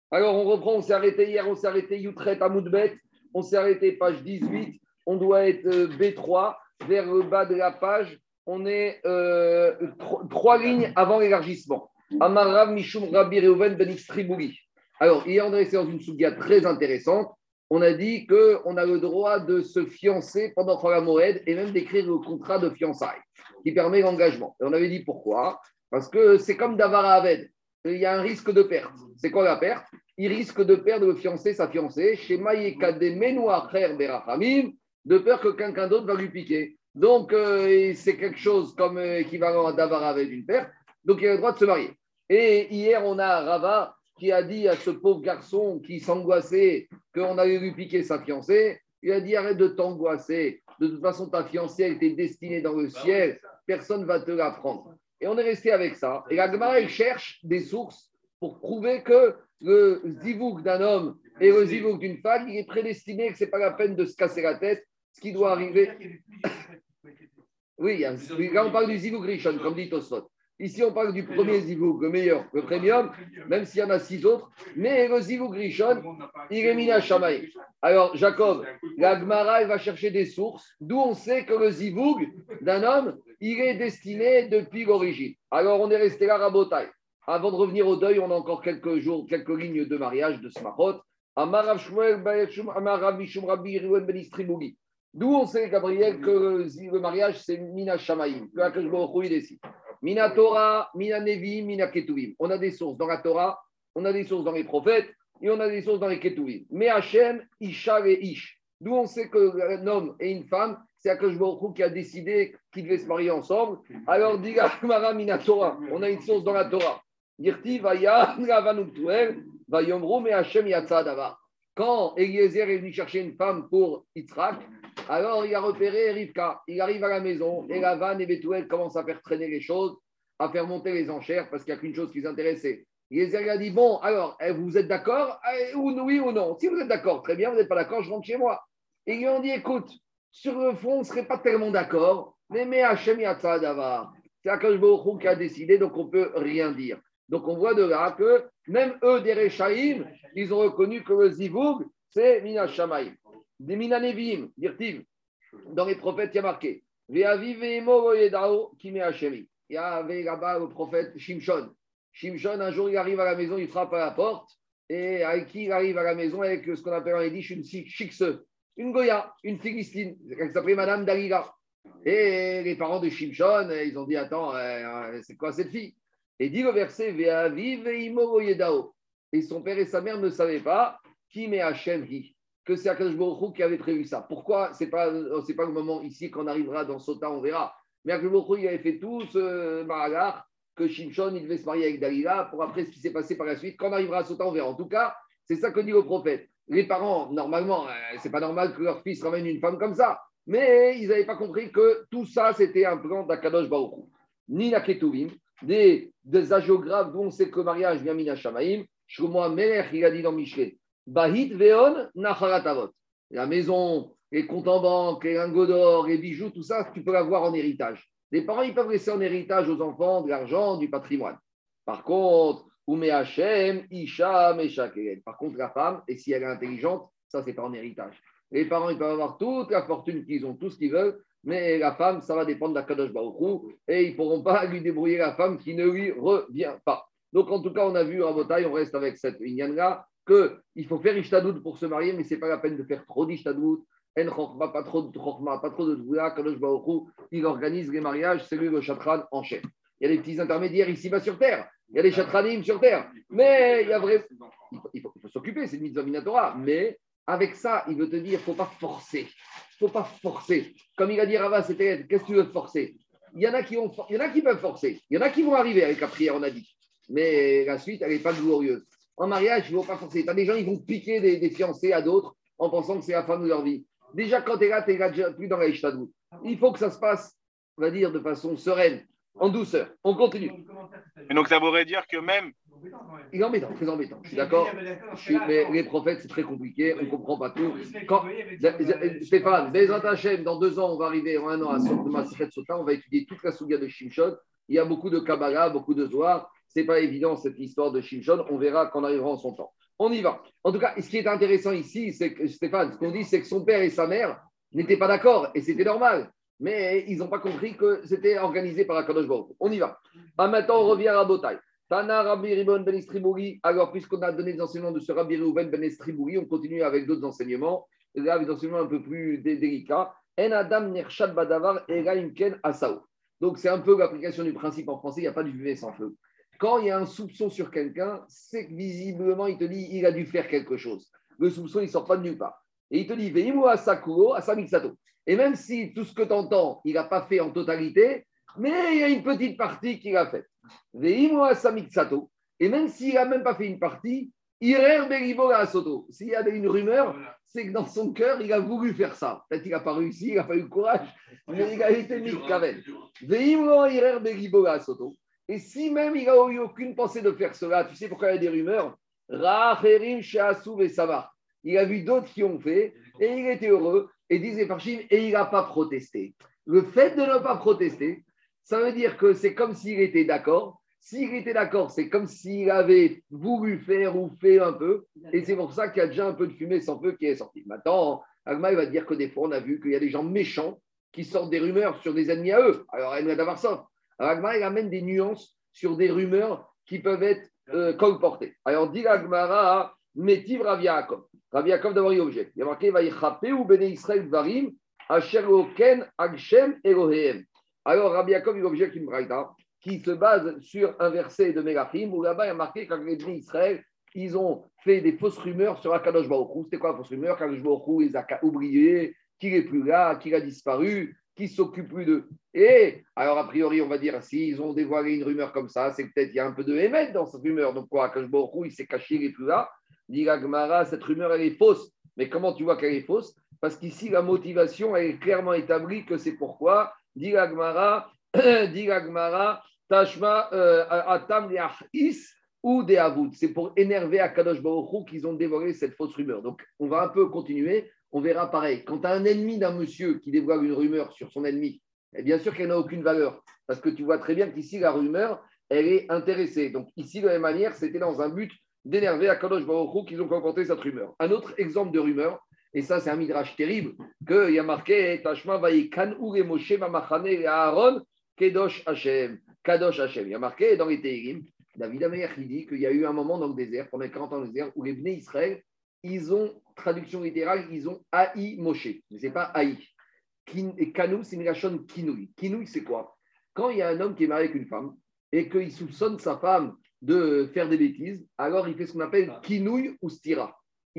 Alors, on reprend, on s'est arrêté hier, on s'est arrêté Youtret à Moudbet, on s'est arrêté page 18, on doit être B3, vers le bas de la page, on est trois lignes avant l'élargissement. Amarav Mishum Rabbi Reuven Ben Xtribouli. Alors, hier, on est resté dans une souga très intéressante. On a dit qu'on a le droit de se fiancer pendant la Moed et même d'écrire le contrat de fiançailles qui permet l'engagement. Et on avait dit pourquoi? Parce que c'est comme Davara Aved. Il y a un risque de perte. C'est quoi la perte? Il risque de perdre le fiancé, sa fiancée, chez Maïekade Menoua Frère Berachamim, de peur que quelqu'un d'autre va lui piquer. Donc, c'est quelque chose comme équivalent à Davara Aved, une perte. Donc, il a le droit de se marier. Et hier, on a Rava qui a dit à ce pauvre garçon qui s'angoissait qu'on allait lui piquer sa fiancée, il a dit arrête de t'angoisser. De toute façon, ta fiancée, elle était destinée dans le ciel. Personne ne va te la prendre. Et on est resté avec ça. Et la Gemara, elle cherche des sources pour prouver que le zivouk d'un homme et le zivouk d'une femme, il est prédestiné, que ce n'est pas la peine de se casser la tête. Ce qui doit arriver. Oui, là, on parle du zivouk rishon, comme dit Tosfot. Ici, on parle du premier zivouk, le meilleur, le premium, même s'il y en a 6 autres. Mais le zivouk rishon, il est mina shamaï. Alors, Jacob, la Gemara, elle va chercher des sources, d'où on sait que le zivouk d'un homme, il est destiné depuis l'origine. Alors, on est resté là, Rabotai. Avant de revenir au deuil, on a encore quelques jours, quelques lignes de mariage de Smachot. Amarav Shmuel, Amarav Mishum Rabbi Reuven Ben Istribouli. D'où on sait, Gabriel, que le mariage, c'est mina shamaïm, que Akash Baruch Hu décide. Mina Torah, Mina Nevi, Mina Ketuvim. On a des sources dans la Torah, on a des sources dans les prophètes et on a des sources dans les Ketuvim. Mais Hachem, Isha et Ish. D'où on sait qu'un homme et une femme, c'est Akash Baruch Hu qui a décidé qu'ils devaient se marier ensemble. Alors, dit Mara Mina Torah. On a une source dans la Torah. Dirti, Vaya, Ravanuktuel, Vayomro, mais Hachem Yatsa Davar. Quand Eliezer est venu chercher une femme pour Yitzhak, alors il a repéré Rivka. Il arrive à la maison et Lavan et Bethuel commencent à faire traîner les choses, à faire monter les enchères parce qu'il n'y a qu'une chose qui les intéressait. Eliezer a dit bon, alors vous êtes d'accord? Oui ou non? Si vous êtes d'accord, très bien, vous n'êtes pas d'accord, je rentre chez moi. Et ils lui ont dit écoute, sur le fond, on ne serait pas tellement d'accord, mais Hachem Yatsa Davar. C'est Akash Baruch Hu qui a décidé, donc on ne peut rien dire. Donc on voit de là que même eux, des Rechaïm, ils ont reconnu que le Zivoug, c'est Mina Shamaïm. Des Mina Nevim, dirtiv. Dans les prophètes, il y a marqué il y avait là-bas le prophète Shimshon. Shimshon, un jour, il arrive à la maison, il frappe à la porte. Et avec qui il arrive à la maison? Avec ce qu'on appelle en yiddish une chikse, une Goya, une Philistine. Elle s'appelait Madame Dalila. Et les parents de Shimshon, ils ont dit attends, c'est quoi cette fille? Et dit le verset et son père et sa mère ne savaient pas qui met Hachem que c'est Akadosh Baruch Hu qui avait prévu ça. Pourquoi? C'est pas le moment ici qu'on arrivera dans Sota, on verra. Mais Akadosh Baruch Hu, il avait fait tout ce maragar que Shimshon, il devait se marier avec Dalila pour après ce qui s'est passé par la suite. Quand on arrivera à Sota, on verra. En tout cas, c'est ça que dit le prophète. Les parents, normalement, c'est pas normal que leur fils ramène une femme comme ça. Mais ils n'avaient pas compris que tout ça, c'était un plan d'Akadosh Baruch Hu. Ni la Ketuvim, des agiographes dont on sait que le mariage vient Mina Shamaïm. Shlomo Melech, il a dit dans Michelet, Bahit Veon Nacharatavot. La maison, les comptes en banque, les lingots d'or, les bijoux, tout ça, tu peux l'avoir en héritage. Les parents, ils peuvent laisser en héritage aux enfants de l'argent, du patrimoine. Par contre, Oumé Hachem, Isha, Meshakelen. Par contre, la femme, et si elle est intelligente, ça, c'est pas en héritage. Les parents, ils peuvent avoir toute la fortune qu'ils ont, tout ce qu'ils veulent, mais la femme, ça va dépendre d'Akadosh Baruch Hu, et ils ne pourront pas lui débrouiller la femme qui ne lui revient pas. Donc, en tout cas, on a vu, Rabotai, on reste avec cette ligne-là, qu'il faut faire Ishtadout pour se marier, mais ce n'est pas la peine de faire trop d'Ishtadout, En Chokma, pas trop de Chokma, pas trop de Dvoula, Kadosh Baruch Hu, il organise les mariages, c'est lui le chatran en chef. Il y a des petits intermédiaires ici-bas sur terre, il y a des chatranim sur terre, mais il y a vraiment. Il faut s'occuper, c'est une mitzvah minatora, mais avec ça, il veut te dire, il ne faut pas forcer. Il ne faut pas forcer. Comme il a dit Rava, c'était qu'est-ce que tu veux forcer? Il y en a qui peuvent forcer. Il y en a qui vont arriver avec la prière, on a dit. Mais la suite, elle n'est pas glorieuse. En mariage, il ne faut pas forcer. Tu as des gens, ils vont piquer des fiancés à d'autres en pensant que c'est la femme de leur vie. Déjà, quand tu es là déjà plus dans la Ishtadou. Il faut que ça se passe, on va dire, de façon sereine, en douceur. On continue. Et donc, ça voudrait dire que même. Il est embêtant, très embêtant. Je suis d'accord. Mais les prophètes, c'est très compliqué. On ne comprend pas tout. Stéphane, Bezrat Hashem, dans 2 ans, on va arriver en 1 an à Maseret Sota. On va étudier toute la Souga de Shimshon. Il y a beaucoup de Kabbalah, beaucoup de Zohar. Ce n'est pas évident cette histoire de Shimshon. On verra quand on arrivera en son temps. On y va. En tout cas, ce qui est intéressant ici, c'est que Stéphane, ce qu'on dit, c'est que son père et sa mère n'étaient pas d'accord et c'était normal. Mais ils n'ont pas compris que c'était organisé par Akadosh Baruch Hu. On y va. Maintenant, on revient à Botaï. Tana Rabbi Ribon Ben Istribouri. Alors, puisqu'on a donné des enseignements de ce Rabbi Reuven Ben Istribouri, on continue avec d'autres enseignements. Là, des enseignements un peu plus délicats. En Adam Nershad Badavar Eraimken Asao. Donc, c'est un peu l'application du principe en français, il n'y a pas de fumée sans feu. Quand il y a un soupçon sur quelqu'un, c'est que visiblement, il te dit il a dû faire quelque chose. Le soupçon, il ne sort pas de nulle part. Et il te dit Veimo Asakuro, Asamiksato. Et même si tout ce que tu entends, il n'a pas fait en totalité, mais il y a une petite partie qu'il a faite. Veimo Asamiksato. Et même s'il n'a même pas fait une partie, Irer Beribo Soto. S'il y a une rumeur, c'est que dans son cœur, il a voulu faire ça. Peut-être qu'il n'a pas réussi, il n'a pas eu le courage, mais il a été mis de Kaven. Veimo Irer Beribo Soto. Et si même il n'a eu aucune pensée de faire cela, tu sais pourquoi il y a des rumeurs? Racherim Sheasu et Savar. Il a vu d'autres qui ont fait et il était heureux et disait Farshim et il n'a pas protesté. Le fait de ne pas protester, ça veut dire que c'est comme s'il était d'accord. S'il était d'accord, c'est comme s'il avait voulu faire ou fait un peu. Et c'est pour ça qu'il y a déjà un peu de fumée sans feu qui est sorti. Maintenant, Agma va dire que des fois, on a vu qu'il y a des gens méchants qui sortent des rumeurs sur des ennemis à eux. Alors, elle va d'avoir ça. Alors, Agma, il amène des nuances sur des rumeurs qui peuvent être colportées. Alors, dit Agmara, Métiv Rav Yaakov. Rav Yaakov d'abord, il objecte. Il y a marqué Vaïchapé ou Béné Israël Varim, Asher Loken, Agshem, Eloheem. Alors, Rav Yaakov, il objecte une braïta qui se base sur un verset de Mélachim où là-bas, il y a marqué quand les Béné Israël, ils ont fait des fausses rumeurs sur Akadosh Baruch Hu. C'était quoi la fausse rumeur? Qu'Akadosh Baruch Hu les a oubliés, qu'il n'est plus là, qu'il a disparu, qu'il ne s'occupe plus d'eux. Et alors, a priori, on va dire, s'ils ont dévoilé une rumeur comme ça, c'est peut-être qu'il y a un peu de émet dans cette rumeur. Donc, quoi, Akadosh Baruch Hu, il s'est caché, il n'est plus là. Dit la Gemara, cette rumeur, elle est fausse. Mais comment tu vois qu'elle est fausse? Parce qu'ici, la motivation, elle est clairement établie que c'est pourquoi. Dit la Gemara, Tashma Atam Is ou des Avoud. C'est pour énerver Akadosh Baruch Hu qu'ils ont dévoilé cette fausse rumeur. Donc, on va un peu continuer. On verra pareil. Quand tu as un ennemi d'un monsieur qui dévoile une rumeur sur son ennemi, et bien sûr qu'elle n'a aucune valeur. Parce que tu vois très bien qu'ici, la rumeur, elle est intéressée. Donc, ici, de la même manière, c'était dans un but d'énerver Akadosh Baruch Hu qu'ils ont comporté cette rumeur. Un autre exemple de rumeur, et ça, c'est un midrash terrible, qu'il y a marqué Tashma Vayikan Ure Moshe Mamachane et Aaron Kedosh Hashem. Kadosh Hashem. Il y a marqué dans les Tehillim, David Ameyer qui dit qu'il y a eu un moment dans le désert, pendant 40 ans dans le désert, où les Bnei Israël, ils ont, traduction littérale, ils ont haï Moshe. Mais ce n'est pas haï. Et Kanou, c'est une lachon kinouï. Kinouï, c'est quoi? Quand il y a un homme qui est marié avec une femme et qu'il soupçonne sa femme de faire des bêtises, alors il fait ce qu'on appelle kinouï ou stira.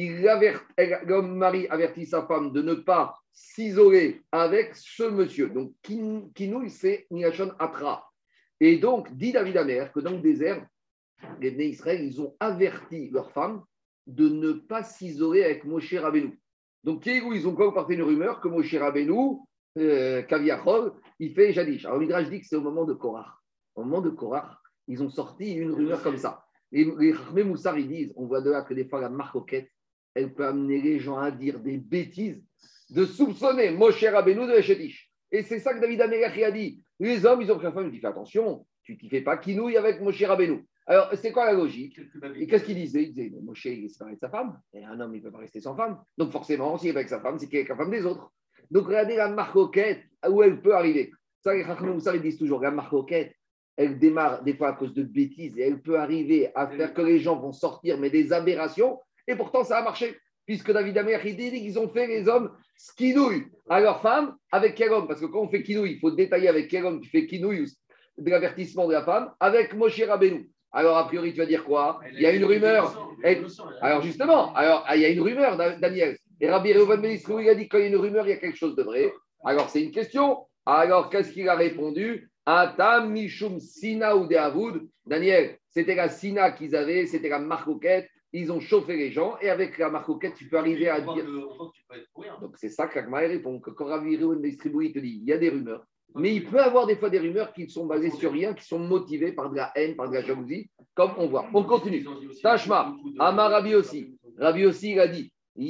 L'homme mari avertit sa femme de ne pas s'isoler avec ce monsieur. Donc, kinouï, c'est une lachon atra. Et donc, dit David Amer que dans le désert, les Bnei Israël, ils ont averti leur femme de ne pas s'isoler avec Moshe Rabbeinu. Donc, ils ont colporté une rumeur que Moshe Rabbeinu, Kaviachol, il fait Jadish. Alors, Midrash dit que c'est au moment de Korach. Au moment de Korach, ils ont sorti une rumeur comme ça. Les Chachmei Moussar, ils disent, on voit de là que des fois, la marcoquette, elle peut amener les gens à dire des bêtises, de soupçonner Moshe Rabbeinu de Jadish. Et c'est ça que David Amelach a dit. Les hommes, ils ont pris la femme, ils disent, fais attention, tu ne fais pas kinouille avec Moshe Rabbeinu. Alors, c'est quoi la logique? Et qu'est-ce qu'il disait? Il disait, Moshe, il est séparé de sa femme. Et un homme, il ne peut pas rester sans femme. Donc, forcément, s'il est avec sa femme, c'est qu'il est avec la femme des autres. Donc, regardez la marcoquette, où elle peut arriver. Ça, les Chachmei Moussar, ils disent toujours, la marcoquette, elle démarre des fois à cause de bêtises et elle peut arriver à faire que les gens vont sortir, mais des aberrations. Et pourtant, ça a marché. Puisque David Amer, il dit qu'ils ont fait les hommes skinouille à leur femme avec quel homme? Parce que quand on fait kinouille, il faut détailler avec quel homme tu fais kinouille de l'avertissement de la femme avec Moshe Rabbeinu. Alors, a priori, tu vas dire quoi? Il y a une rumeur. Alors, justement, il y a une rumeur, Daniel. Et Rabbi Reuven Ben Istribouri, il a dit que quand il y a une rumeur, il y a quelque chose de vrai. Alors, c'est une question. Alors, qu'est-ce qu'il a répondu? Atam Mishum Sina ou de Avoud. Daniel, c'était la Sina qu'ils avaient, c'était la marcoquette. Ils ont chauffé les gens et avec la marcoquette, tu peux arriver à dire. Donc, c'est ça qu'Agmaï répond. Que quand Rabbi Reuven Ben Istribouri te dit, il y a des rumeurs. Mais il peut y avoir des fois des rumeurs qui sont basées sur rien, qui sont motivées par de la haine, par de la jalousie, comme on voit. On continue. Tashma, Amar Rabbi aussi. Rabbi aussi, il a dit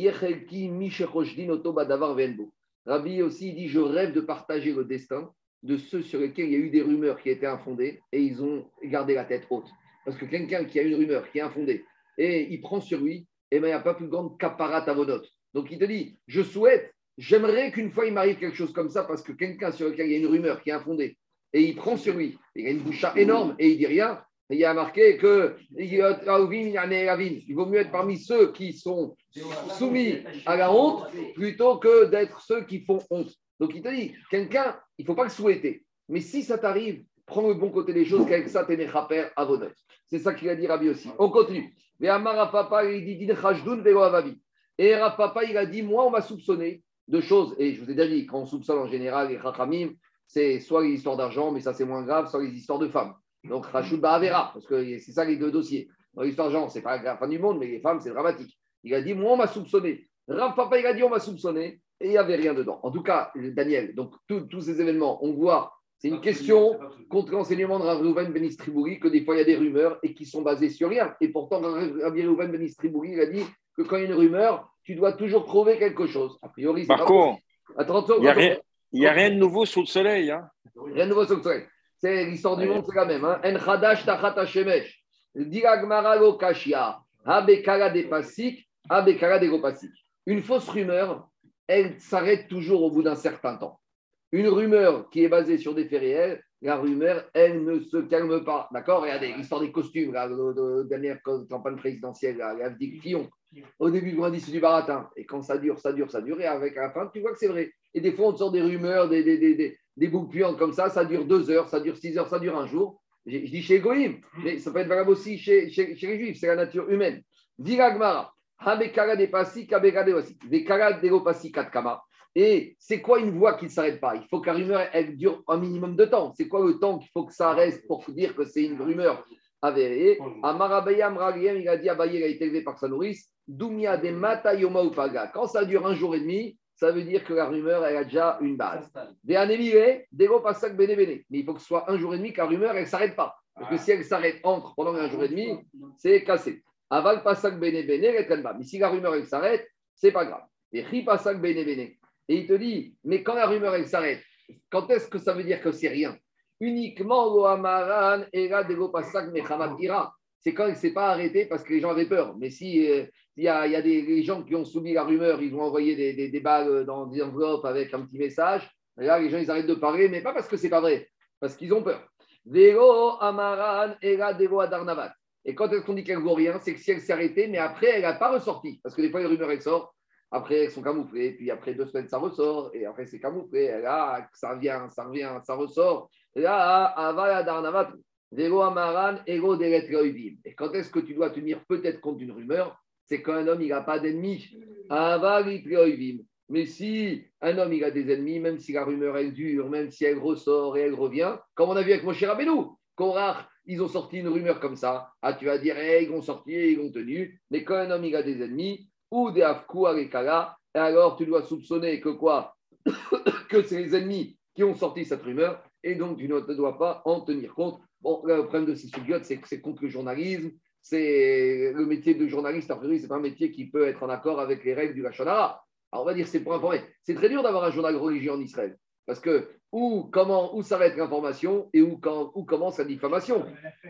Rabbi aussi, il dit je rêve de partager le destin de ceux sur lesquels il y a eu des rumeurs qui étaient infondées et ils ont gardé la tête haute. Parce que quelqu'un qui a une rumeur, qui est infondée, et il prend sur lui, eh ben, il n'y a pas plus grande caparat à vos notes. Donc il te dit, j'aimerais qu'une fois il m'arrive quelque chose comme ça, parce que quelqu'un sur lequel il y a une rumeur qui est infondée, et il prend sur lui, il a une boucha énorme, et il dit rien, et il y a marqué que il vaut mieux être parmi ceux qui sont soumis à la honte, plutôt que d'être ceux qui font honte. Donc il te dit, quelqu'un, il ne faut pas le souhaiter. Mais si ça t'arrive, prends le bon côté des choses, qu'avec ça, t'es mechaper à vos notes. C'est ça qu'il a dit Rabbi aussi. On continue. Et Rapapa, il a dit, moi, on m'a soupçonné de choses. Et je vous ai déjà dit, quand on soupçonne en général les chachamim, c'est soit les histoires d'argent, mais ça c'est moins grave, soit les histoires de femmes. Donc Rachud Ba'avera, parce que c'est ça les deux dossiers. Dans l'histoire d'argent, c'est pas la fin du monde, mais les femmes, c'est dramatique. Il a dit, moi, on m'a soupçonné. Rav Papa, il a dit, on m'a soupçonné. Et il n'y avait rien dedans. En tout cas, Daniel, donc tous ces événements, on voit, c'est une question contre l'enseignement de Rav Reuven Ben Istribouri, que des fois il y a des rumeurs et qui sont basées sur rien. Et pourtant, Rav Reuven Ben Istribouri, il a dit que quand il y a une rumeur, tu dois toujours trouver quelque chose. A priori, c'est Marco, pas possible. il n'y a rien de nouveau sous le soleil. Hein. Rien de nouveau sous le soleil. C'est l'histoire du monde, c'est la même. En Chadash Tachat Hashemesh. Diragmara lo Kashia. Abekara de Pasik. Abekara de Gopasik. Une fausse rumeur, elle s'arrête toujours au bout d'un certain temps. Une rumeur qui est basée sur des faits réels, la rumeur, elle ne se calme pas. D'accord? Regardez, l'histoire des costumes, la dernière campagne présidentielle, la Fillon. Au début, on dit c'est du baratin. Et quand ça dure, ça dure, ça dure. Et avec à la fin, tu vois que c'est vrai. Et des fois, on te sort des rumeurs, des boucles puantes comme ça dure 2 heures, ça dure 6 heures, ça dure un jour. Je dis chez Goïm, mais ça peut être valable aussi chez les Juifs, c'est la nature humaine. Diragmara. Et c'est quoi une voix qui ne s'arrête pas? Il faut que la rumeur elle dure un minimum de temps. C'est quoi le temps qu'il faut que ça reste pour dire que c'est une rumeur avérée? Amarabayam Ragiem, il a dit Abaye, il a été élevé par sa nourrice. Dumia de Mata Yoma Upaga. Quand ça dure un jour et demi, ça veut dire que la rumeur elle a déjà une base. Mais il faut que ce soit un jour et demi que la rumeur elle ne s'arrête pas. Parce que si elle s'arrête pendant un jour et demi, c'est cassé. Aval pasak bene bene retenba. Mais si la rumeur elle s'arrête, c'est pas grave. Et ri pasak bene bene. Et il te dit, mais quand la rumeur elle s'arrête, quand est-ce que ça veut dire que c'est rien? Uniquement lo amaran era de lo pasak mechamat ira. C'est quand elle ne s'est pas arrêtée parce que les gens avaient peur. Mais si il y a des gens qui ont soumis la rumeur, ils ont envoyé des balles dans des enveloppes avec un petit message. Et là, les gens ils arrêtent de parler, mais pas parce que c'est pas vrai, parce qu'ils ont peur. Vero amaran era de lo adarnavat. Et quand est-ce qu'on dit qu'elle ne vaut rien, c'est que si elle s'est arrêtée, mais après, elle n'a pas ressorti. Parce que des fois, les rumeurs, elles sortent, après, elles sont camouflées, puis après 2 semaines, ça ressort, et après, c'est camouflé. Et là, ça revient, ça ressort. Et là, avala darnavat, vero amaran, ego deret loivim. Et quand est-ce que tu dois tenir peut-être compte d'une rumeur? C'est quand un homme, il n'a pas d'ennemis. Avalit loivim. Mais si un homme, il a des ennemis, même si la rumeur, elle dure, même si elle ressort et elle revient, comme on a vu avec Moshe Rabbeinu, Korach, ils ont sorti une rumeur comme ça. Ah, tu vas dire, ils ont sorti, ils ont tenu. Mais quand un homme, il a des ennemis, ou des afkou alekala, et alors tu dois soupçonner que quoi? Que c'est les ennemis qui ont sorti cette rumeur, et donc tu ne dois pas en tenir compte. Bon, le problème de ces sugiotes, c'est que c'est contre le journalisme. C'est le métier de journaliste, a priori, c'est pas un métier qui peut être en accord avec les règles du Lachon Hara. Alors on va dire, c'est pour informer. C'est très dur d'avoir un journal religieux en Israël. Parce que où s'arrête l'information et où commence la diffamation.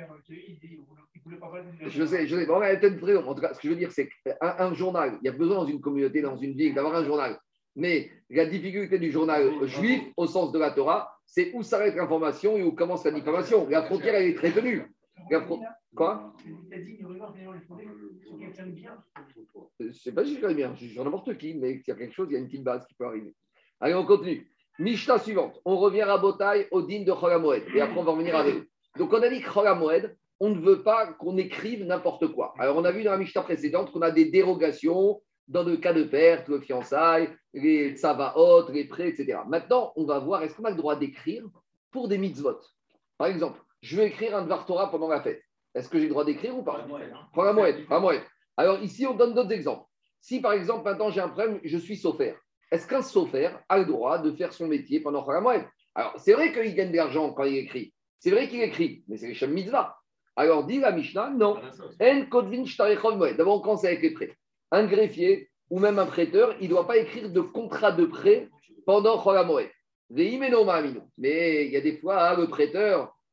Je sais. Bon, elle est peut-être vraie. En tout cas, ce que je veux dire, c'est qu'un journal, il y a besoin dans une communauté, dans une ville, d'avoir un journal. Mais la difficulté du journal juif, au sens de la Torah, c'est où s'arrête l'information et où commence la diffamation. La frontière, elle est très tenue. Quoi? Je ne sais pas si je connais bien, je n'importe qui, mais s'il y a quelque chose, il y a une petite base qui peut arriver. Allez, on continue. Mishnah suivante. On revient à Botaï au din de Chol HaMoed. Et après, on va revenir avec. Donc, on a dit que Chol HaMoed, on ne veut pas qu'on écrive n'importe quoi. Alors, on a vu dans la Mishnah précédente qu'on a des dérogations dans le cas de perte, le fiançailles, les tzavaot, les prêts, etc. Maintenant, on va voir, est-ce qu'on a le droit d'écrire pour des mitzvot? Par exemple, je vais écrire un Dvar Torah pendant la fête. Est-ce que j'ai le droit d'écrire ou pas? Chol HaMoed. Alors, ici, on donne d'autres exemples. Si, par exemple, maintenant, j'ai un problème, je suis sophère. Est-ce qu'un sophère a le droit de faire son métier pendant Chol HaMoed? Alors, c'est vrai qu'il gagne de l'argent quand il écrit. C'est vrai qu'il écrit, mais c'est les Shem Mitzvah. Alors, dit la Mishnah, non. En Kodvin Shtarechov Moed. D'abord, on commence avec les prêts. Un greffier ou même un prêteur, il ne doit pas écrire de contrat de prêt pendant Chol HaMoed. Mais il y a des fois, le prêteur,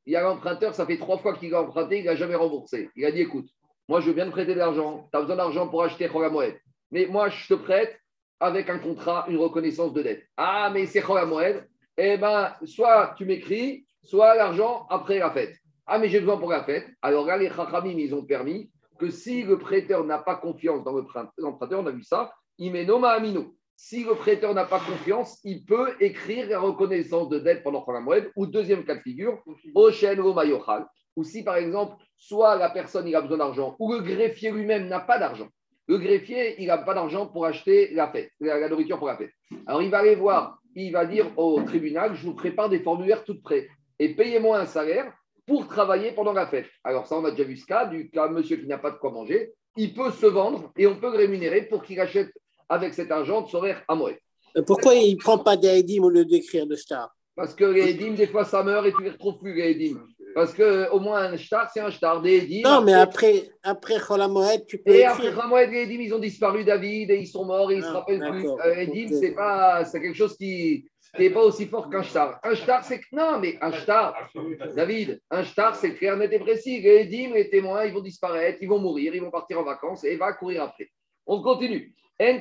il y a l'emprunteur, ça fait 3 fois qu'il a emprunté, il n'a jamais remboursé. Il a dit, écoute, moi, je viens de prêter de l'argent, tu as besoin d'argent pour acheter Chol Hamoed. Mais moi, je te prête avec un contrat, une reconnaissance de dette. Ah, mais c'est Chol Hamoed. Eh bien, soit tu m'écris, soit l'argent après la fête. Ah, mais j'ai besoin pour la fête. Alors là, les Chachamim, ils ont permis que si le prêteur n'a pas confiance dans l'emprunteur, on a vu ça, il met Noma Amino. Si le prêteur n'a pas confiance, il peut écrire la reconnaissance de dette pendant Chol Hamoed. Ou deuxième cas de figure, Oshen Roma Yochal. Ou si, par exemple, soit la personne il a besoin d'argent, ou le greffier lui-même n'a pas d'argent. Le greffier, il n'a pas d'argent pour acheter la fête, la nourriture pour la fête. Alors, il va aller voir, il va dire au tribunal, je vous prépare des formulaires toutes prêts et payez-moi un salaire pour travailler pendant la fête. Alors ça, on a déjà vu ce cas, du cas monsieur qui n'a pas de quoi manger, il peut se vendre et on peut le rémunérer pour qu'il achète avec cet argent de Sorer à Moed. Pourquoi il ne prend pas des Edim au lieu d'écrire de star? Parce que les Edim, des fois, ça meurt et tu ne les retrouves plus, les Edim. Parce qu'au moins, un shtar, c'est un shtar. Des Edim. Non, mais après Chol Hamoed, tu peux et écrire. après Chol Hamoed, les Edim, ils ont disparu, David, et ils sont morts et ils ne se rappellent plus. Edim, c'est quelque chose qui n'est pas aussi fort qu'un shtar. Un shtar, c'est que. Non, mais un shtar, David, un shtar, c'est clair, net et précis. Les Edim, les témoins, ils vont disparaître, ils vont mourir, ils vont partir en vacances et il va courir après. On continue.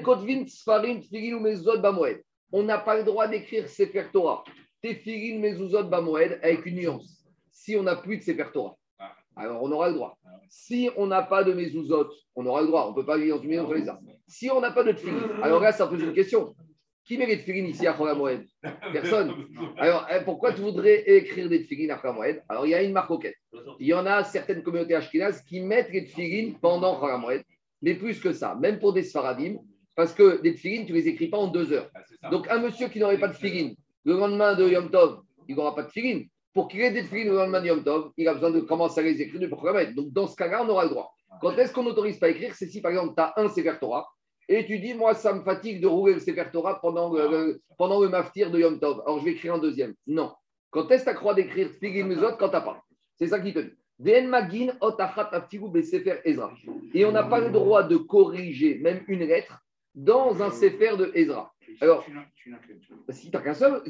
On n'a pas le droit d'écrire Sefer Torah. Tefillin mezuzot bamoed avec une nuance. Si on n'a plus de Sefer Torah, alors on aura le droit. Si on n'a pas de mezuzot, on aura le droit. On ne peut pas vivre dans une maison sur les arbres. Si on n'a pas de tefillin, alors là, ça pose une question. Qui met les tefillin ici à Chol Hamoed? Personne. Alors, pourquoi tu voudrais écrire des tefillin à Chol Hamoed? Alors, il y a une marque auquel. Il y en a certaines communautés ashkénazes qui mettent les tefillin pendant Chol Hamoed. Mais plus que ça, même pour des Sfaradim, parce que des tefillin, tu ne les écris pas en 2 heures. Donc, un monsieur qui n'aurait pas de tefillin, le lendemain de Yom Tov, il n'aura pas de tefillin. Pour qu'il ait des tefillin le lendemain de Yom Tov, il a besoin de commencer à les écrire du programme. Donc, dans ce cas-là, on aura le droit. Quand est-ce qu'on n'autorise pas à écrire? C'est si, par exemple, tu as un Sefer Torah et tu dis, moi, ça me fatigue de rouler le Sefer Torah pendant le maftir de Yom Tov. Alors, je vais écrire un deuxième. Non. Quand est-ce que tu as croix d'écrire tefillin mezuzot quand tu n'as pas? C'est ça qui te dit. Et on n'a pas le droit de corriger même une lettre dans un Sefer de Ezra. Alors, si tu n'as qu'un seul,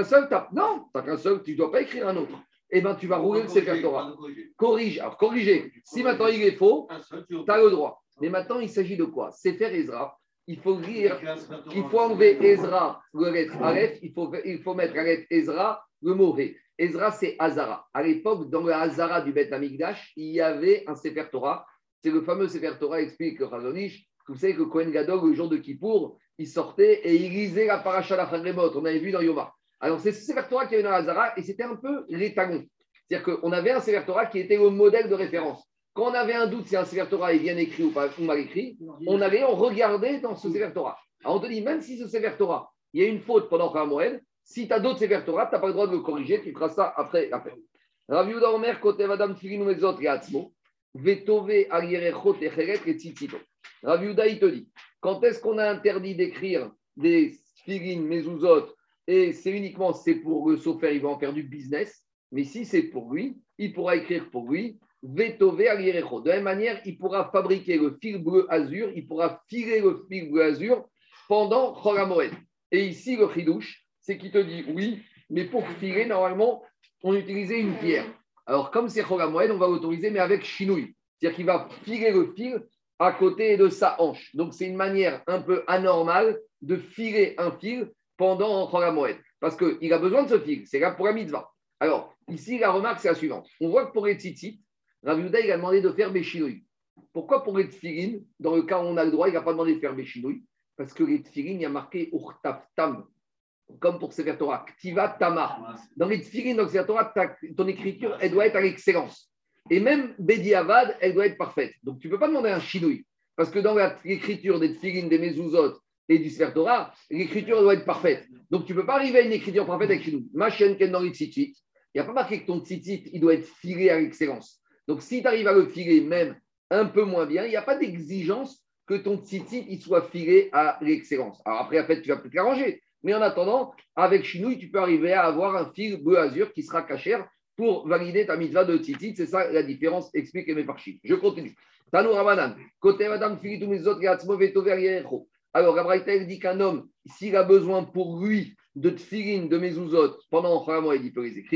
non, tu n'as qu'un seul, tu ne dois pas écrire un autre. Eh bien, tu vas rouler le Sefer Torah. Corrige. Alors, corriger. Si maintenant il est faux, tu as le droit. Mais maintenant, il s'agit de quoi? Sefer Ezra. Il faut dire qu'il faut enlever Ezra, le lettre Aleph, il faut mettre la lettre Ezra, le mot Ré. Ezra, c'est Hazara. À l'époque, dans le Hazara du Beth Amikdash, il y avait un Sefer Torah. C'est le fameux Sefer Torah, explique le Chazonish. Vous savez que Kohen Gadol, le jour de Kippour, il sortait et il lisait la paracha la Chagremot. On avait vu dans Yoma. Alors, c'est ce Sefer Torah qui avait dans le Hazara et c'était un peu l'étalon. C'est-à-dire qu'on avait un Sefer Torah qui était le modèle de référence. Quand on avait un doute si un Sefer Torah est bien écrit ou pas, ou mal écrit, on regardait dans ce Sefer Torah. Alors, on te dit, même si ce Sefer Torah, il y a une faute pendant Chol Hamoed, si tu as d'autres Sefer Torah, tu n'as pas le droit de le corriger, tu feras ça après. Rav Yehuda Omer, Kotev Adam Tfilin Umezot Reatzmo, Vetove Alierechot Echeret et Tzitzito. Rav Yehuda, il te dit, quand est-ce qu'on a interdit d'écrire des Tfilin, Mezuzot, et c'est pour le sofer, il va en faire du business, mais si c'est pour lui, il pourra écrire pour lui, Vetove Alierecho. De la même manière, il pourra fabriquer le fil bleu azur, il pourra filer le fil bleu azur pendant Chol Hamoed. Et ici, le chidouche, c'est qu'il te dit oui, mais pour filer, normalement, on utilisait une pierre. Alors, comme c'est Chol Hamoed, on va l'autoriser, mais avec chinouille. C'est-à-dire qu'il va filer le fil à côté de sa hanche. Donc, c'est une manière un peu anormale de filer un fil pendant Chol Hamoed. Parce qu'il a besoin de ce fil. C'est là pour la mitzvah. Alors, ici, la remarque, c'est la suivante. On voit que pour les tzitzit, Rav Yehuda, il a demandé de faire béchinouille. Pourquoi pour les tfilin, dans le cas où on a le droit, il n'a pas demandé de faire béchinouille? Parce que les tfilin, il y a marqué urtav tam, comme pour Sefer Torah, ktiva tamar. Dans les tfilin, dans Sefer Torah, ton écriture, elle doit être à l'excellence. Et même Bediavad, elle doit être parfaite. Donc, tu ne peux pas demander un chinouille. Parce que dans l'écriture des tfilin, des mezuzot et du Sefer Torah, l'écriture doit être parfaite. Donc, tu ne peux pas arriver à une écriture parfaite avec chinouille. Ma chaîne, dans les tzitzit, il n'y a pas marqué que ton tzitzit, il doit être filé à l'excellence. Donc, si tu arrives à le filer même un peu moins bien, il n'y a pas d'exigence que ton tzitzit il soit filé à l'excellence. Alors après, en fait, tu vas plus te l'arranger. Mais en attendant, avec chinouille, tu peux arriver à avoir un fil bleu azur qui sera cachère pour valider ta mitzvah de tzitzit. C'est ça la différence, explique mes parchis. Je continue. Tanou Ramadan. Côté Madame Filitou Mizot Gatzmo Vetové Ariero. Alors, Gabraïta dit qu'un homme, s'il a besoin pour lui de tfilin, de mezuzot, pendant Chol Hamoed, il peut les écrire.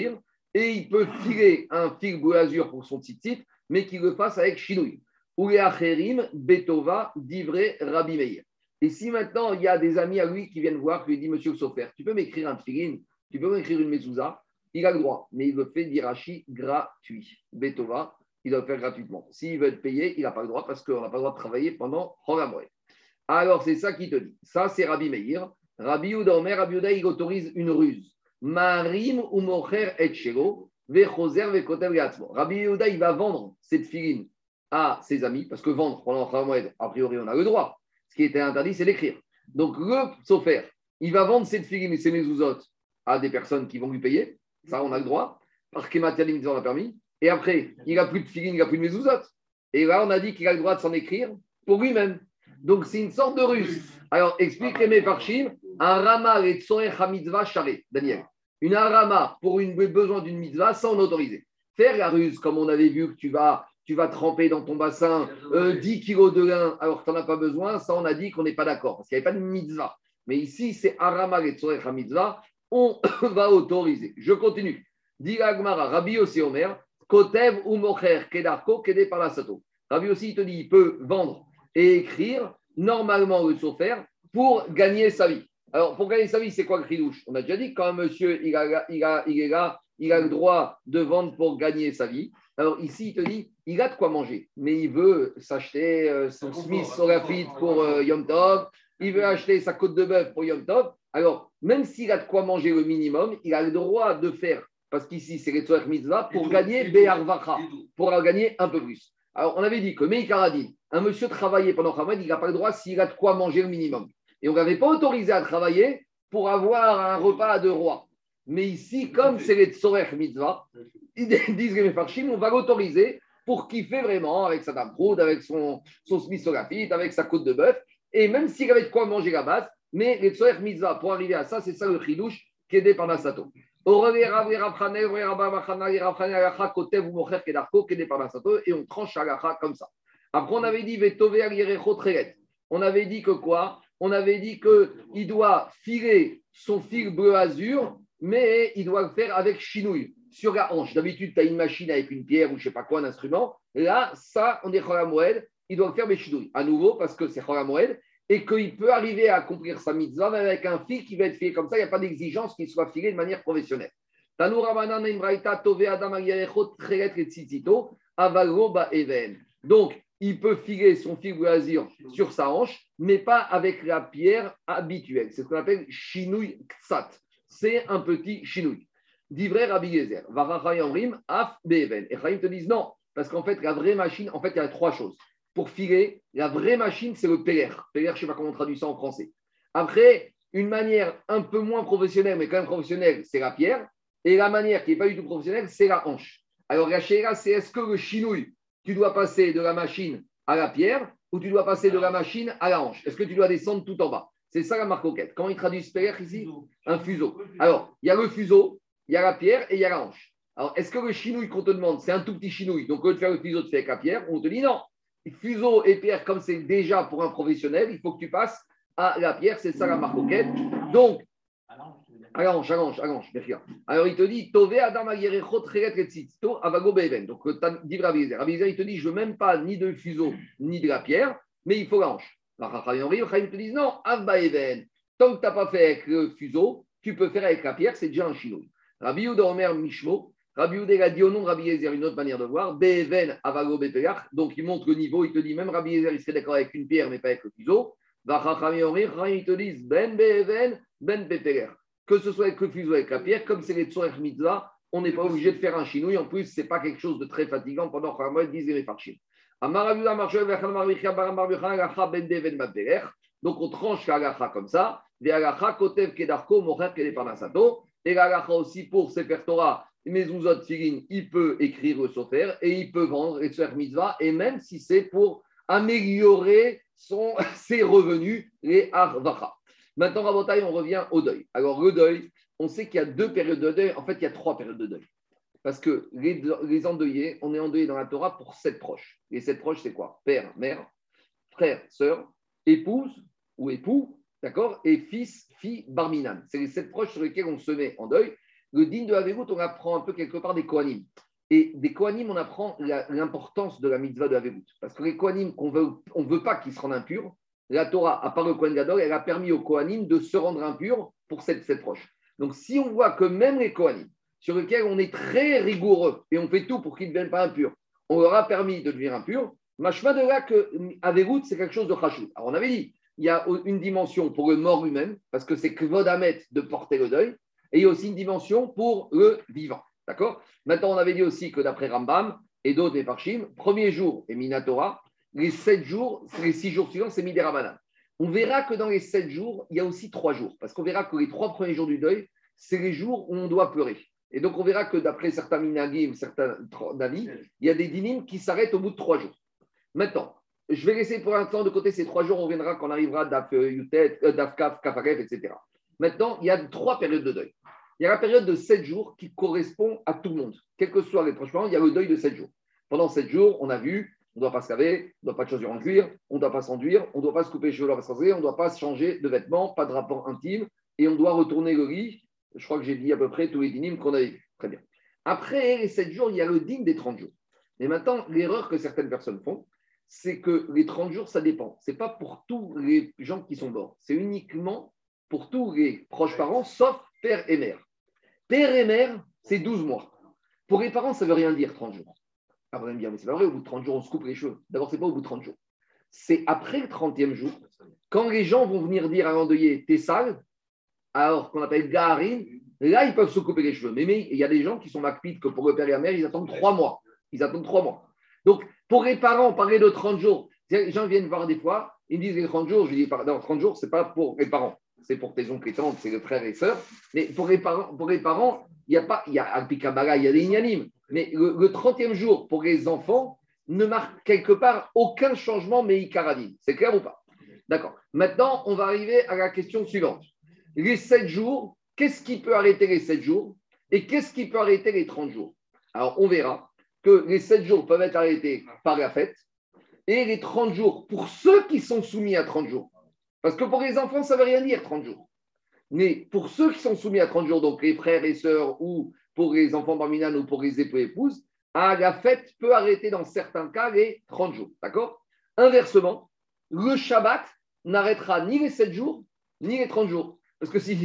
et il peut filer un fil bleu azur pour son tzitzit, mais qu'il le fasse avec chinouille. Ou les acherim, betova, divré, Rabbi Meir. Et si maintenant il y a des amis à lui qui viennent voir, qui lui disent Monsieur le Sofer, tu peux m'écrire un tfilin, tu peux m'écrire une mezouza, il a le droit, mais il le fait d'Irachi gratuit. Betova, il doit le faire gratuitement. S'il veut être payé, il n'a pas le droit parce qu'on n'a pas le droit de travailler pendant Cholamoued. Alors c'est ça qu'il te dit. Ça c'est Rabbi Meir. Rabbi Yehuda Omer, Rabbi Yehuda, il autorise une ruse. Marim ou mocher et shelo, vechoser vekotev gatzmo. Rabbi Yehuda, il va vendre cette filine à ses amis, parce que vendre pendant Cholamoued, a priori, on a le droit. Ce qui était interdit, c'est d'écrire. Donc, le sofer, il va vendre cette filine et ses mezuzot à des personnes qui vont lui payer. Ça, on a le droit. Par Kematialim, ils en a permis. Et après, il n'a plus de filine, il n'a plus de mezuzot. Et là, on a dit qu'il a le droit de s'en écrire pour lui-même. Donc, c'est une sorte de ruse. Alors, expliquez-moi par Chim, un rama et tsoer hamitzvah charé, Daniel. Une rama pour le besoin d'une mitzvah sans autoriser. Faire la ruse, comme on avait vu que tu vas tremper dans ton bassin 10 kilos de lin alors que tu n'en as pas besoin, ça on a dit qu'on n'est pas d'accord, parce qu'il n'y avait pas de mitzvah. Mais ici, c'est arama et tsoer hamitzvah, on va autoriser. Je continue. Dit Agmara, Rabbi Yossi Omer, Kotev ou Mocher, Kedarko, Kede par la Sato. Rabbi Yossi, il te dit, il peut vendre et écrire normalement le sofer pour gagner sa vie. Alors, pour gagner sa vie, c'est quoi le chidouche? On a déjà dit, quand un monsieur, il a le droit de vendre pour gagner sa vie. Alors ici, il te dit, il a de quoi manger, mais il veut s'acheter son Smith Solafit pour Yom Tov, il veut acheter sa côte de bœuf pour Yom Tov. Alors, même s'il a de quoi manger le minimum, il a le droit de faire, parce qu'ici, c'est les Tzorech Mitzvah, pour gagner Be'arvacha, pour gagner un peu plus. Alors, on avait dit que Meikaradin, un monsieur travaillait pendant Hamad, il n'a pas le droit s'il a de quoi manger le minimum. Et on n'avait pas autorisé à travailler pour avoir un repas de roi. Mais ici, comme c'est les Tzorech Mitzvah, ils disent que les Farshim, on va l'autoriser pour kiffer vraiment avec sa damproud, avec son Smith Solafit, avec sa côte de bœuf. Et même s'il avait de quoi manger la base, mais les Tzorech Mitzvah, pour arriver à ça, c'est ça le chidouche qui est aidé par Nasato. Et on tranche à l'akha comme ça. Après, on avait dit on avait dit que quoi? On avait dit qu'il doit filer son fil bleu azur, mais il doit le faire avec chinouille sur la hanche. D'habitude, tu as une machine avec une pierre ou je ne sais pas quoi, un instrument. Là, ça, on est Cholamoued, il doit le faire avec chinouille. À nouveau, parce que c'est Cholamoued et qu'il peut arriver à accomplir sa mitzvah même avec un fil qui va être filé comme ça. Il n'y a pas d'exigence qu'il soit filé de manière professionnelle. Donc, il peut filer son fil bleu azur sur sa hanche, mais pas avec la pierre habituelle. C'est ce qu'on appelle chinouille ksat. C'est un petit chinouille. D'ivrer Rabbi Yezer. Varachayamrim, af beven. Et Chaim te disent non, parce qu'en fait, la vraie machine, en fait, il y a trois choses. Pour filer, la vraie machine, c'est le peler. Peler, je ne sais pas comment on traduit ça en français. Après, une manière un peu moins professionnelle, mais quand même professionnelle, c'est la pierre. Et la manière qui n'est pas du tout professionnelle, c'est la hanche. Alors, la chéra, c'est est-ce que le chinouille, tu dois passer de la machine à la pierre ou tu dois passer de la machine à la hanche? Est-ce que tu dois descendre tout en bas? C'est ça la marcoquette. Comment ils traduisent peler ici? Un fuseau. Alors, il y a le fuseau, il y a la pierre et il y a la hanche. Alors, est-ce que le chinouille qu'on te demande, c'est un tout petit chinouille, donc au lieu de faire le fuseau, tu fais avec la pierre? On te dit non. Fuseau et pierre, comme c'est déjà pour un professionnel, il faut que tu passes à la pierre, c'est ça la marcoquette. Donc, à la hanche, alors il te dit, Tove Adam Agierechot Chelet Etzito Avago Beven. Donc, dit Rabbi Yezer, il te dit, je ne veux même pas ni de fuseau ni de la pierre, mais il faut la hanche. Chaim te dit, non, Avba Even. Tant que tu n'as pas fait avec le fuseau, tu peux faire avec la pierre, c'est déjà un chinois. Rabbi Yehuda Omer Mishmo, Rabbi Yehuda a dit au nom de Rabbi Yezer une autre manière de voir, Beven Avago Bepelach. Donc, il montre le niveau, il te dit, même Rabbi Yezer, il serait d'accord avec une pierre, mais pas avec le fuseau. Ils te disent, Ben Beven, Ben Bepelach. Que ce soit avec le fuseau, avec la pierre, comme c'est les Tzorech Mitzvah, on n'est pas obligé de faire un chinouille. En plus, ce n'est pas quelque chose de très fatigant pendant Cholamoued, disent les Farshim. Donc, on tranche l'agacha comme ça. Et l'agacha aussi pour Sefer Torah, Mezuzot Tfilin, il peut écrire le sofer et il peut vendre les Tzorech Mitzvah, et même si c'est pour améliorer ses revenus, les Arvacha. Maintenant, Rabotai, on revient au deuil. Alors, le deuil, on sait qu'il y a deux périodes de deuil. En fait, il y a trois périodes de deuil. Parce que les endeuillés, on est endeuillé dans la Torah pour 7 proches. Les 7 proches, c'est quoi? Père, mère, frère, sœur, épouse ou époux, d'accord? Et fils, fille, barminan. C'est les 7 proches sur lesquels on se met en deuil. le din de Haverout, on apprend un peu quelque part des Kohanim. Et des Kohanim, on apprend l'importance de la mitzvah de Haverout. Parce que les Kohanim, on ne veut pas qu'ils se rendent impurs. La Torah, à part le Kohen Gadol, elle a permis aux Kohanim de se rendre impurs pour cette proche. Donc, si on voit que même les Kohanim, sur lesquels on est très rigoureux et on fait tout pour qu'ils ne deviennent pas impurs, on leur a permis de devenir impurs, machma de là que Haverout, c'est quelque chose de chachou. Alors, on avait dit, il y a une dimension pour le mort lui-même, parce que c'est Kvod Hamet de porter le deuil, et il y a aussi une dimension pour le vivant. D'accord ? Maintenant, on avait dit aussi que d'après Rambam et d'autres des Parchim, premier jour est Minatora, les 7 jours, les 6 jours suivants, c'est Midérabanan. On verra que dans les 7 jours, il y a aussi 3 jours, parce qu'on verra que les 3 premiers jours du deuil, c'est les jours où on doit pleurer. Et donc, on verra que d'après certains minagim, certains avis, il y a des dynimes qui s'arrêtent au bout de 3 jours. Maintenant, je vais laisser pour l'instant de côté ces 3 jours, on reviendra quand on arrivera d'Af Yutet, d'Af Kaf, Kafaref, etc. Maintenant, il y a 3 périodes de deuil. Il y a la période de 7 jours qui correspond à tout le monde. Quels que soient les proches parents, il y a le deuil de 7 jours. Pendant 7 jours, on a vu, on ne doit pas se laver, on ne doit pas de chaussures en cuir, on ne doit pas s'enduire, on ne doit pas se couper les cheveux lors de la on ne doit pas se changer de vêtements, pas de rapport intime, et on doit retourner le lit. Je crois que j'ai dit à peu près tous les dynimes qu'on avait vus. Très bien. Après les 7 jours, il y a le dîme des 30 jours. Mais maintenant, l'erreur que certaines personnes font, c'est que les 30 jours, ça dépend. Ce n'est pas pour tous les gens qui sont morts. C'est uniquement pour tous les proches parents, sauf père et mère. Père et mère, c'est 12 mois. Pour les parents, ça ne veut rien dire 30 jours. Alors, vous allez me dire, mais c'est pas vrai, au bout de 30 jours, on se coupe les cheveux. D'abord, ce n'est pas au bout de 30 jours. C'est après le 30e jour, quand les gens vont venir dire à l'endeuillé, t'es sale, alors qu'on appelle Gaharin, là, ils peuvent se couper les cheveux. Mais il y a des gens qui sont macpites que pour le père et la mère, ils attendent 3 mois. Ils attendent 3 mois. Donc, pour les parents, parler de 30 jours, les gens viennent voir des fois, ils me disent les 30 jours, je dis, non, 30 jours, ce n'est pas pour les parents. C'est pour tes oncles et tantes, c'est les frères et sœurs. Mais pour les parents, il y a pas, il y a Alpikabala, il y a des Inyanim. Mais le 30e jour, pour les enfants, ne marque quelque part aucun changement, mais Ikaradine. C'est clair ou pas? D'accord. Maintenant, on va arriver à la question suivante. Les 7 jours, qu'est-ce qui peut arrêter les 7 jours et qu'est-ce qui peut arrêter les 30 jours? Alors, on verra que les 7 jours peuvent être arrêtés par la fête et les 30 jours, pour ceux qui sont soumis à 30 jours. Parce que pour les enfants, ça ne veut rien dire 30 jours. Mais pour ceux qui sont soumis à 30 jours, donc les frères et sœurs ou pour les enfants barminan ou pour les époux et épouses, la fête peut arrêter dans certains cas les 30 jours. D'accord? Inversement, le Shabbat n'arrêtera ni les 7 jours, ni les 30 jours. Et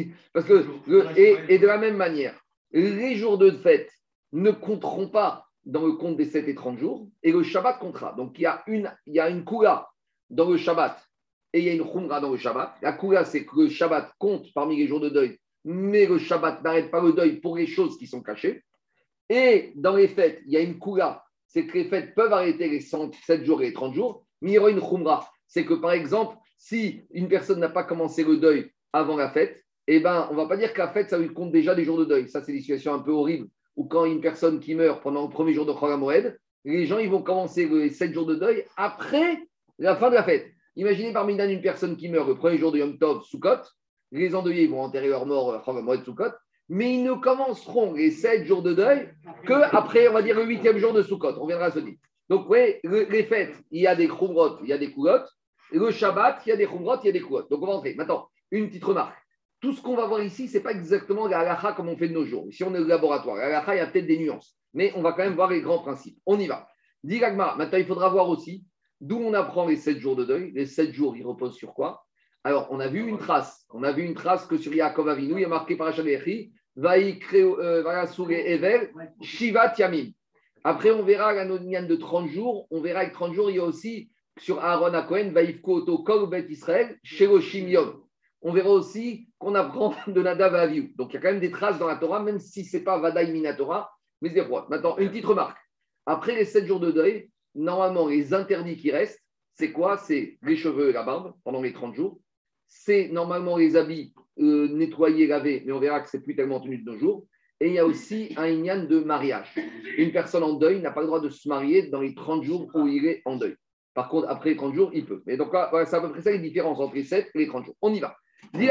de la même manière, les jours de fête ne compteront pas dans le compte des 7 et 30 jours, et le Shabbat comptera. Donc, il y a une Kula dans le Shabbat, et il y a une Khumra dans le Shabbat. La Kula, c'est que le Shabbat compte parmi les jours de deuil, mais le Shabbat n'arrête pas le deuil pour les choses qui sont cachées. Et dans les fêtes, il y a une Kula, c'est que les fêtes peuvent arrêter les 7 jours et les 30 jours, mais il y aura une Khumra. C'est que, par exemple, si une personne n'a pas commencé le deuil avant la fête, eh ben, on ne va pas dire que la fête, ça lui compte déjà des jours de deuil. Ça, c'est des situations un peu horribles où quand une personne qui meurt pendant le premier jour de Chol HaMoed, les gens ils vont commencer les 7 jours de deuil après la fin de la fête. Imaginez parmi nous une personne qui meurt le premier jour de Yom Tov, Sukkot, les endeuillés vont enterrer leur mort Chol HaMoed, Sukkot, mais ils ne commenceront les 7 jours de deuil qu'après, on va dire, le 8e jour de Sukkot. On viendra à ce dire. Donc, oui, les fêtes, il y a des khumrot, il y a des koulot. Et le Shabbat, il y a des khumrot, il y a des koulot. Donc, on va entrer. Maintenant, une petite remarque. Tout ce qu'on va voir ici, ce n'est pas exactement la halakha comme on fait de nos jours. Ici, on est au laboratoire. La halakha, il y a peut-être des nuances. Mais on va quand même voir les grands principes. On y va. Dit l'Agmara. Maintenant, il faudra voir aussi d'où on apprend les 7 jours de deuil. Les 7 jours, ils reposent sur quoi? Alors, on a vu une trace. On a vu une trace que sur Yaakov Avinu, il y a marqué par Hachem Vayasure Evel, Shivat Yamim. Après, on verra la noniane de 30 jours. On verra que 30 jours, il y a aussi sur Aaron à Cohen, Vaïfko Oto Kol Bet Israël, Sheloshim Yom. On verra aussi qu'on apprend de Nadav à Avihu. Donc, il y a quand même des traces dans la Torah, même si ce n'est pas Vadaï Minatora, mais c'est quoi. Maintenant, une petite remarque. Après les 7 jours de deuil, normalement, les interdits qui restent, c'est quoi? C'est les cheveux et la barbe pendant les 30 jours. C'est normalement les habits nettoyés, lavés, mais on verra que c'est plus tellement tenu de nos jours. Et il y a aussi un inyan de mariage. Une personne en deuil n'a pas le droit de se marier dans les 30 jours où il est en deuil. Par contre, après les 30 jours, il peut. Mais donc là, voilà, c'est à peu près ça les différences entre les 7 et les 30 jours. On y va.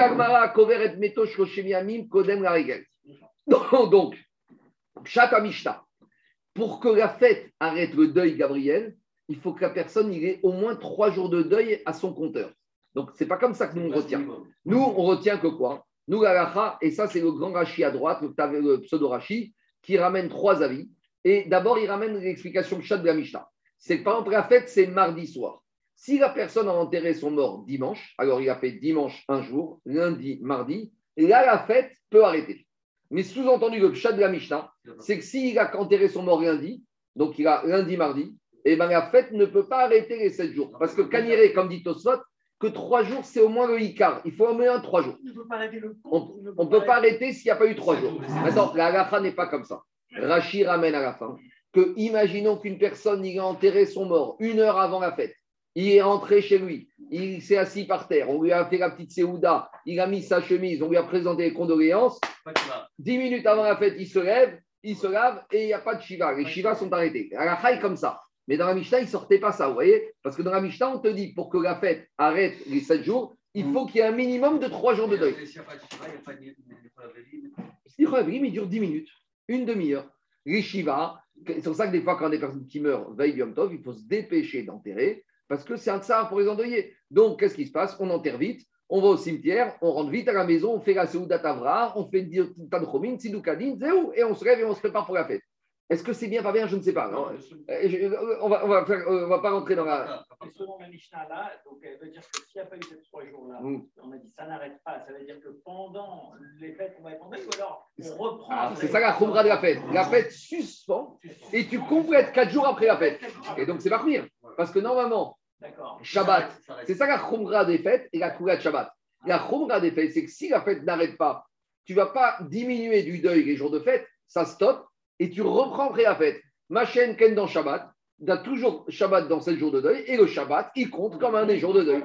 Donc, Chata Mishta, pour que la fête arrête le deuil, Gabriel, il faut que la personne il ait au moins 3 jours de deuil à son compteur. Donc, ce n'est pas comme ça que nous on retient. Nous, on retient que quoi? Nous, la halakha, et ça, c'est le grand Rashi à droite, le pseudo-Rashi, qui ramène 3 avis. Et d'abord, il ramène l'explication chat de la Mishnah. C'est que par exemple, la fête, c'est mardi soir. Si la personne a enterré son mort dimanche, alors il a fait dimanche un jour, lundi, mardi, et là, la fête peut arrêter. Mais sous-entendu, le chat de la Mishnah, c'est que s'il a enterré son mort lundi, donc il a lundi, mardi, et ben la fête ne peut pas arrêter les 7 jours. Parce que Kaniré, comme dit Tosfot, que 3 jours, c'est au moins le Icar. Il faut au moins 3 jours. On ne peut pas arrêter s'il n'y a pas eu 3 jours. Maintenant, la halakha n'est pas comme ça. Rashi ramène à la fin que, imaginons qu'une personne il a enterré son mort 1 heure avant la fête. Il est rentré chez lui, il s'est assis par terre, on lui a fait la petite séouda, il a mis sa chemise, on lui a présenté les condoléances. 10 minutes avant la fête, il se lève, il se lave et il n'y a pas de shiva. Les shivas sont arrêtés. À la haï comme ça. Mais dans la Mishnah, il ne sortait pas ça, vous voyez? Parce que dans la Mishnah, on te dit, pour que la fête arrête les 7 jours, il faut qu'il y ait un minimum de 3 jours de deuil. S'il n'y a pas de shiva, il dure 10 minutes, une demi-heure. Les shivas, c'est pour ça que des fois, quand des personnes qui meurent veille Yom Tov, il faut se dépêcher d'enterrer. Parce que c'est un tsar pour les endeuiller. Donc, qu'est-ce qui se passe? On enterre vite, on va au cimetière, on rentre vite à la maison, on fait la Seudat Avra, on fait Tanchomin, Tzidukadin, Zéou, et on se lève et on se prépare pour la fête. Est-ce que c'est bien, pas bien? Je ne sais pas. Non, on va pas rentrer dans la. Selon la Mishnah là, donc elle veut dire que s'il n'y a pas eu ces 3 jours-là, on a dit ça n'arrête pas. Ça veut dire que pendant les fêtes, on va être en deuil, ou alors on reprend. C'est ça la khumra de la fête. La fête suspend et tu complètes 4 jours après la fête. Et donc c'est pas pire. Parce que normalement, Shabbat, c'est ça la khumra des fêtes et la khumra de Shabbat. La khumra des fêtes, c'est que si la fête n'arrête pas, tu ne vas pas diminuer du deuil les jours de fête, ça stoppe et tu reprends après la fête. Ma chaîne Ken dans Shabbat, tu as toujours Shabbat dans 7 jours de deuil et le Shabbat, il compte comme un des jours de deuil.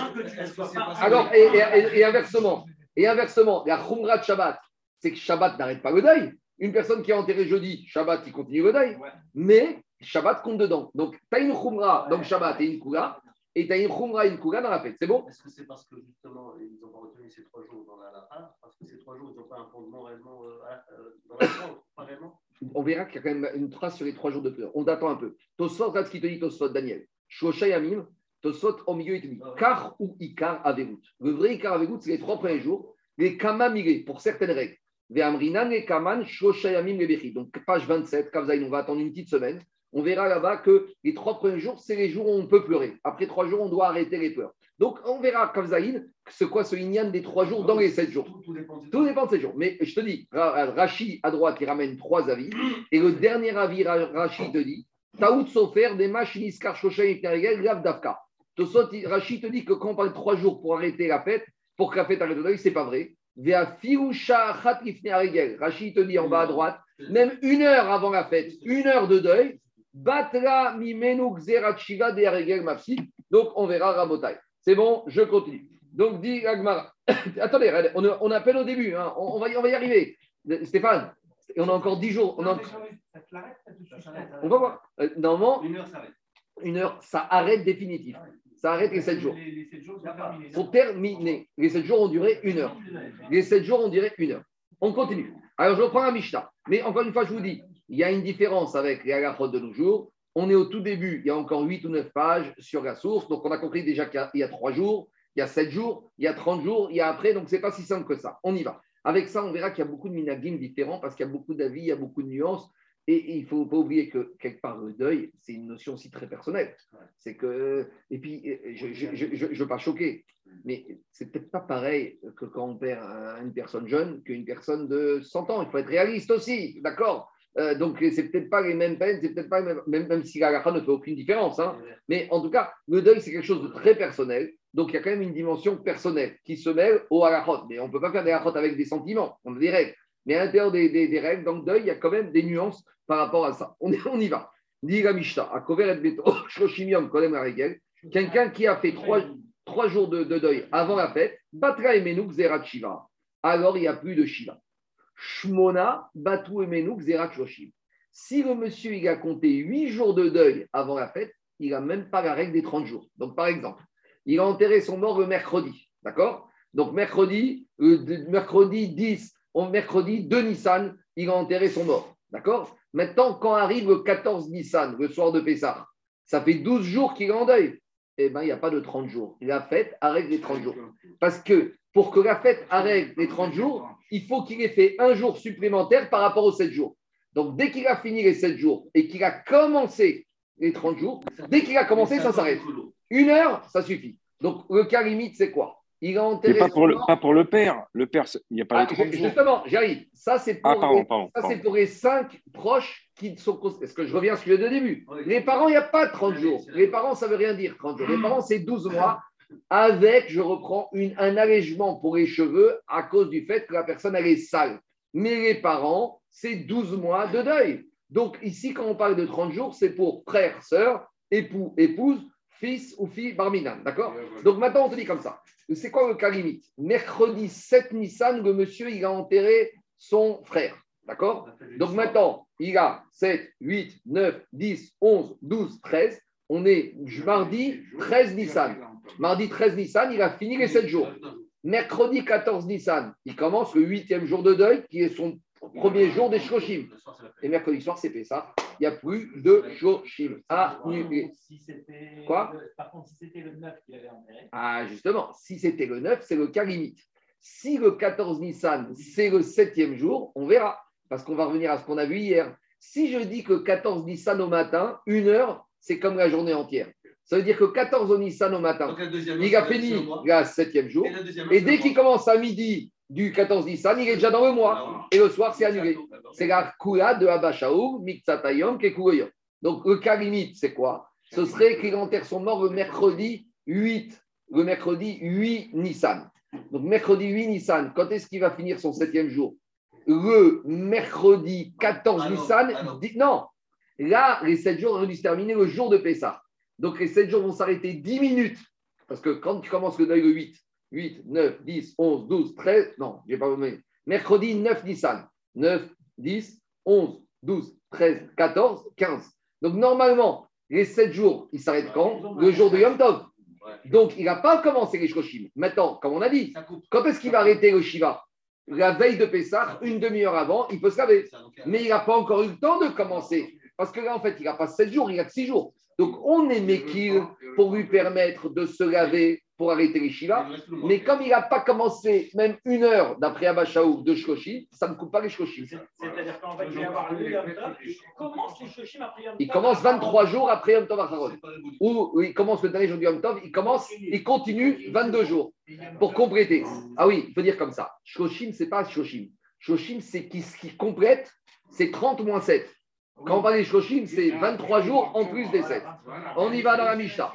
Alors, et inversement, la khumra de Shabbat, c'est que Shabbat n'arrête pas le deuil. Une personne qui est enterrée jeudi, Shabbat, il continue le deuil. Mais Shabbat compte dedans. Donc, tu as une khumra dans le Shabbat et une kula, et tu as une khumra et une kula dans la fête. C'est bon? Est-ce que c'est parce que justement, ils n'ont pas retenu ces 3 jours dans la halakha? Parce que ces 3 jours, ils n'ont pas un fondement réellement dans la foi, pas réellement? On verra qu'il y a quand même une trace sur les 3 jours de pleurs. On attend un peu. Tosfot, regarde ce qu'il te dit, Tosfot, Daniel. Shosha Yamim, Tosfot, au milieu, il te dit Kar ou Ikar Averout. Le vrai Ikar Averout, c'est les 3 premiers jours. Les Kama Miré, pour certaines règles. Ve'amrinan et Kaman, Shosha Yamim Lebechi. Donc, page 27, Kavzaïn, on va attendre une petite semaine. On verra là-bas que les 3 premiers jours, c'est les jours où on peut pleurer. Après 3 jours, on doit arrêter les pleurs. Donc, on verra, Kavzaïn, c'est quoi ce Inyan des 3 jours dans les 7 jours. Tout dépend de ces jours. Mais je te dis, Rashi à droite, il ramène 3 avis. Et le dernier avis, Rashi te dit Taout Sofer, des machines, Karchoshay et Kerigel, Gav Davka. Rashi te dit que quand on parle de 3 jours pour arrêter la fête, pour que la fête arrête le deuil, ce n'est pas vrai. Rashi te dit en bas à droite, même 1 heure avant la fête, 1 heure de deuil, Batra mimenu xerachiva de Aregel Mafsi. Donc on verra Rabotai. C'est bon, je continue. Donc dit Agmara. Attendez, on appelle au début, hein. On va y arriver. Stéphane, on a encore 10 jours. On va voir. Normalement, 1 heure s'arrête. 1 heure, ça arrête définitif. Ça arrête les 7 jours. Les 7 jours sont terminés. Les 7 jours ont duré 1 heure. Les 7 jours ont duré 1 heure. On continue. Alors, je reprends la Mishnah. Mais encore une fois, je vous dis, il y a une différence avec les halachot de nos jours. On est au tout début, il y a encore 8 ou 9 pages sur la source. Donc, on a compris déjà qu'il y a 3 jours, il y a 7 jours, il y a 30 jours, il y a après. Donc, ce n'est pas si simple que ça. On y va. Avec ça, on verra qu'il y a beaucoup de minagim différents parce qu'il y a beaucoup d'avis, il y a beaucoup de nuances. Et il ne faut pas oublier que, quelque part, le deuil, c'est une notion aussi très personnelle. C'est que, et puis, je ne veux pas choquer, mais c'est peut-être pas pareil que quand on perd une personne jeune qu'une personne de 100 ans. Il faut être réaliste aussi, d'accord? Donc, c'est peut-être pas les mêmes peines, c'est peut-être pas les même si la halakha ne fait aucune différence. Hein. Mais en tout cas, le deuil, c'est quelque chose de très personnel. Donc, il y a quand même une dimension personnelle qui se mêle au halachot. Mais on ne peut pas faire des halachot avec des sentiments, on a des règles. Mais à l'intérieur des règles, dans le deuil, il y a quand même des nuances par rapport à ça. On y va. Dit la Mishnah, à Kover et Beto, Shloshimium, Kolem la règle, quelqu'un qui a fait 3 jours de deuil avant la fête, Batra et Menouk Zerat Shiva. Alors, il n'y a plus de Shiva. Shmona, Batu et Menouk Zerat Shloshim. Si le monsieur il a compté 8 jours de deuil avant la fête, il n'a même pas la règle des 30 jours. Donc, par exemple, il a enterré son mort le mercredi. D'accord? Donc, mercredi 10, mercredi 2 Nissan, il a enterré son mort. D'accord? Maintenant, quand arrive le 14 Nissan, le soir de Pessah, ça fait 12 jours qu'il est en deuil. Eh bien, il n'y a pas de 30 jours. La fête arrête les 30 jours. Parce que pour que la fête arrête les 30 jours, il faut qu'il ait fait un jour supplémentaire par rapport aux 7 jours. Donc, dès qu'il a fini les 7 jours et qu'il a commencé les 30 jours, dès qu'il a commencé, ça s'arrête. 1 heure, ça suffit. Donc, le cas limite, c'est quoi? Il a enterré. Mais pas pour le père. Le père, il n'y a pas les 30 jours. Justement, j'arrive. Ça, c'est pour, c'est pour les 5 proches qui sont. Est-ce que je reviens à ce que j'ai dit au début? Les parents, il n'y a pas 30 jours. Les parents, ça ne veut rien dire, 30 jours. Les parents, c'est 12 mois avec, je reprends, un allègement pour les cheveux à cause du fait que la personne, elle est sale. Mais les parents, c'est 12 mois de deuil. Donc, ici, quand on parle de 30 jours, c'est pour frère, sœur, époux, épouse, fils ou fille, barminan. D'accord? Donc, maintenant, on te dit comme ça. C'est quoi le cas limite? Mercredi 7 Nissan, le monsieur, il a enterré son frère. D'accord? Donc, maintenant, il a 7, 8, 9, 10, 11, 12, 13. On est mardi 13 Nissan. Mardi 13 Nissan, il a fini les 7 jours. Mercredi 14 Nissan, il commence le 8e jour de deuil, qui est son premier jour des Shoshim. Et mercredi soir, c'est ça. Il n'y a plus de Shoshim. Annulé. Quoi? Par contre, si c'était le 9 qu'il avait enterré. Ah, justement, si c'était le 9, c'est le cas limite. Si le 14 Nissan, c'est le 7e jour, on verra. Parce qu'on va revenir à ce qu'on a vu hier. Si je dis que 14 Nissan au matin, 1 heure, c'est comme la journée entière. Ça veut dire que 14 au Nissan au matin, il a fini le 7e jour. Et dès qu'il commence à midi du 14 Nissan, il est déjà dans le mois. Et le soir, c'est annulé. C'est la Kula de Abba Shaul, Mitzatayom, Kekuyoyom. Donc, le cas limite, c'est quoi? Ce serait qu'il enterre son mort le mercredi 8. Le mercredi 8 Nissan. Donc, mercredi 8 Nissan, quand est-ce qu'il va finir son 7e jour? Le mercredi 14 Nissan. Non, là, les 7 jours ont dû se terminer le jour de Pessah. Donc, les 7 jours vont s'arrêter 10 minutes. Parce que quand tu commences le deuil le 8, 9, 10, 11, 12, 13, non, je n'ai pas oublié. Mercredi 9 Nissan. 9, 10, 11, 12, 13, 14, 15. Donc, normalement, les 7 jours, ils s'arrêtent quand? Le jour de Yom Tov. Donc, il n'a pas commencé les Shoshim. Maintenant, comme on a dit, quand est-ce qu'il va arrêter le Shiva? La veille de Pessah, une demi-heure avant, il peut se laver. Mais il n'a pas encore eu le temps de commencer. Parce que là, en fait, il n'a pas 7 jours, il a que 6 jours. Donc, on est Mekil pour lui permettre de se laver pour arrêter les Shiva. Mais comme il n'a pas commencé même 1 heure d'après Abba Shaul de Shloshim, ça ne coupe pas les Shloshim. C'est-à-dire qu'en fait, il va y avoir le Yom Tov, il commence les Shoshim après Yom Tov. Il commence 23 jours après Yom Tov Acharon. Ou il commence le dernier jour du Yom Tov, il continue 22 jours pour compléter. Ah oui, il faut dire comme ça. Shloshim, ce n'est pas Shloshim. Shloshim, c'est ce qui complète, c'est 30 moins 7. Quand on parle des Shloshim, c'est 23 jours en plus des 7. On y va dans la Mishnah.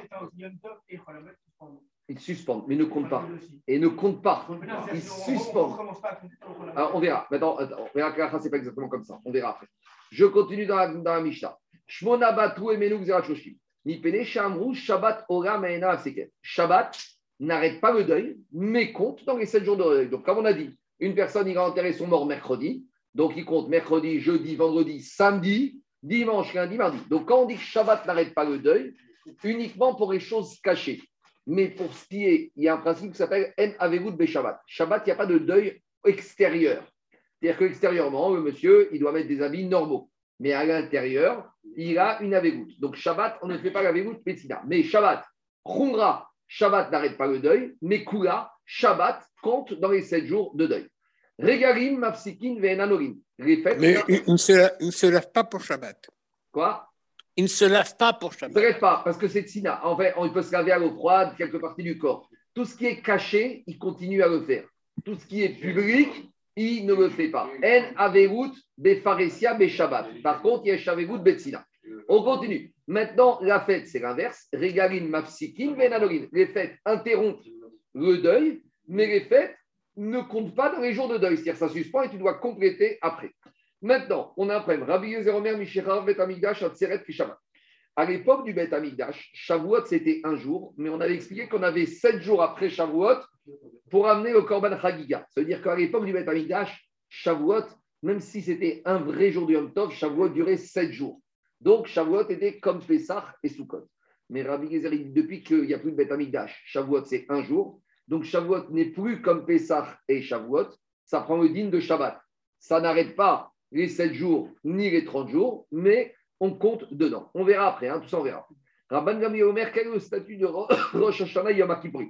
Ils suspendent, mais ne comptent pas. Et ne comptent pas. Ils suspendent. Alors, on verra. Maintenant, on verra que la fin, ce n'est pas exactement comme ça. On verra après. Je continue dans la Mishnah. Shmona batu emenu gzerat Shloshim. Nipene shamru Shabbat ora me'ena afseket. Shabbat n'arrête pas le deuil, mais compte dans les 7 jours de deuil. Donc, comme on a dit, une personne, il a enterré son mort mercredi. Donc, il compte mercredi, jeudi, vendredi, samedi, dimanche, lundi, mardi. Donc, quand on dit que Shabbat n'arrête pas le deuil, uniquement pour les choses cachées. Mais pour ce qui est, il y a un principe qui s'appelle En Avegout Be Shabbat. Shabbat, il n'y a pas de deuil extérieur. C'est-à-dire qu'extérieurement, le monsieur, il doit mettre des habits normaux. Mais à l'intérieur, il a une Avegout. Donc, Shabbat, on ne fait pas l'Avegout Metsina. Mais Shabbat, Khumra, Shabbat n'arrête pas le deuil. Mais Kula, Shabbat compte dans les 7 jours de deuil. Regalim, Mapsikin, Ve'enanorim. Mais il ne se lave pas pour Shabbat. Quoi? Il ne se lave pas pour Il ne Shabbat. se lève pas, parce que c'est tsina. En fait, il peut se laver à l'eau froide, quelques parties du corps. Tout ce qui est caché, il continue à le faire. Tout ce qui est public, il ne le fait pas. En averout befaresia beshabbat. Par contre, il y a shaverout betsina. On continue. Maintenant, la fête, c'est l'inverse. Regalim mafsikin venanorin. Les fêtes interrompent le deuil, mais les fêtes ne comptent pas dans les jours de deuil. C'est-à-dire ça suspend et tu dois compléter après. Maintenant, on apprend Rabbi Yezer Omer Mishechar Bet Amigdash Atzeret Kishavat. À l'époque du Bet Amigdash, Shavuot c'était un jour, mais on avait expliqué qu'on avait 7 jours après Shavuot pour amener le Korban Chagiga. Ça veut dire qu'à l'époque du Bet Amigdash, Shavuot, même si c'était un vrai jour du Yom Tov, Shavuot durait 7 jours. Donc Shavuot était comme Pessah et Sukkot. Mais Rabbi Yezer dit depuis qu'il n'y a plus de Bet Amigdash, Shavuot c'est un jour. Donc Shavuot n'est plus comme Pessah et Shavuot. Ça prend le din de Shabbat. Ça n'arrête pas les 7 jours ni les 30 jours, mais on compte dedans. On verra après, tout ça on verra. Rabban Gamliel Omer, quel est le statut de Rosh Hashanah Yom Kippur?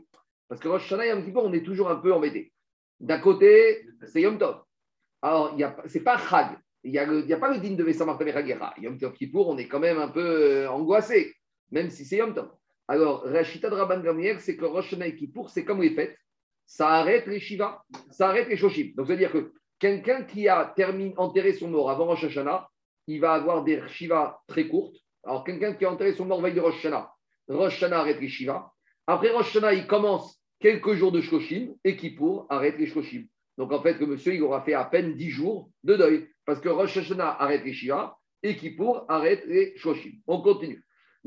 Parce que Rosh Hashanah et Yom Kippour, on est toujours un peu embêtés. D'un côté, c'est Yom Tov. Alors, ce n'est pas Chag. Il n'y a pas le digne de Vessa Marta Mechagera. Yom Kippour, on est quand même un peu angoissé, même si c'est Yom Tov. Alors, Rachita de Rabban Gamliel, c'est que Rosh Hashanah et Kippour, c'est comme les fêtes. Ça arrête les Shiva, ça arrête les Shoshim. Donc, c'est-à-dire que quelqu'un qui a enterré son mort avant Rosh Hashanah, il va avoir des Shiva très courtes. Alors, quelqu'un qui a enterré son mort veille de Rosh Hashanah arrête les Shiva. Après Rosh Hashanah, il commence quelques jours de Shoshim et Kippour arrête les Shoshim. Donc, en fait, le monsieur, il aura fait à peine 10 jours de deuil. Parce que Rosh Hashanah arrête les Shiva et Kippour arrête les Shoshim. On continue.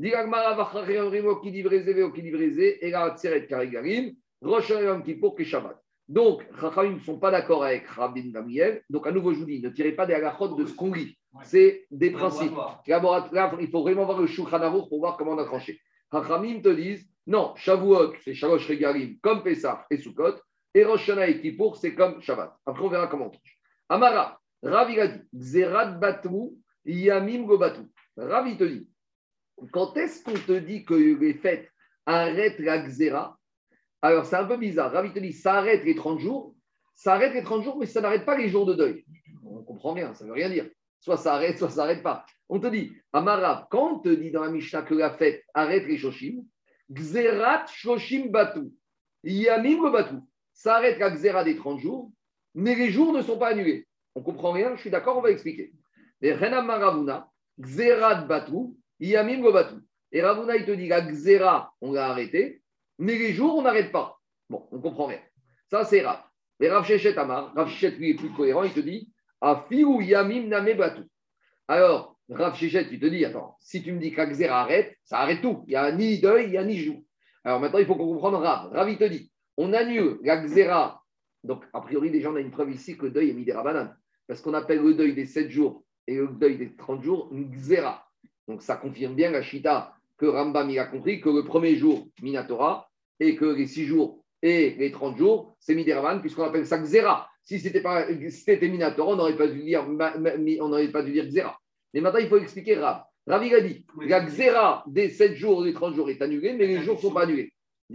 Rosh Hashanah Yom Kippour que Shabbat. Donc, Chachamim ne sont pas d'accord avec Rabbi Gamliel. Donc, à nouveau, je vous dis, ne tirez pas des halachot de ce qu'on lit. C'est des principes. Là, il faut vraiment voir le Shulchan Aruch pour voir comment on a tranché. Chachamim te disent, non, Shavuot, c'est Shalosh Regalim, comme Pessah et Sukkot. Et Rosh Hashanah et Kippour, c'est comme Shabbat. Après, on verra comment on tranche. Amara, Ravi a dit, Xerat Batu, Yamim Gobatu. Ravi te dit, quand est-ce qu'on te dit que les fêtes arrêtent la Xera? Alors, c'est un peu bizarre. Ravi te dit, ça arrête les 30 jours. Ça arrête les 30 jours, mais ça n'arrête pas les jours de deuil. On comprend bien, ça ne veut rien dire. Soit ça arrête, soit ça n'arrête pas. On te dit, Amarav, quand on te dit dans la Mishnah que la fête arrête les Shoshim, Xerat Shoshim Batu, Yamim le Batu. Ça arrête la Xera des 30 jours, mais les jours ne sont pas annulés. On ne comprend rien, je suis d'accord, on va expliquer. Et Renam Maravuna, Xerat Batu, Yamim le Batu. Et Ravuna, il te dit, la Xera, on l'a arrêté, mais les jours, on n'arrête pas. Bon, on ne comprend rien. Ça, c'est Rav. Et Rav Shechet Amar, Rav Shechet, lui, est plus cohérent, il te dit, Afiou Yamim Name Batu. Alors, Rav Shechet, il te dit, attends, si tu me dis que la Xera arrête, ça arrête tout. Il n'y a ni deuil, il n'y a ni jour. Alors maintenant, il faut qu'on comprenne Rav. Rav, il te dit, on annule la Xera. Donc, a priori, déjà, on a une preuve ici que le deuil est mis des Rabanan. Parce qu'on appelle le deuil des 7 jours et le deuil des 30 jours une Xera. Donc, ça confirme bien la Shita que Rambam il a compris que le premier jour, Minatora, et que les 6 jours et les 30 jours, c'est Mideravan, puisqu'on appelle ça Xera. Si c'était Minatora, on n'aurait pas dû dire Xera. Mais maintenant, il faut expliquer Rav. Rav, il a dit, la Xera des 7 jours et des 30 jours est annulée, mais les jours ne sont pas annulés.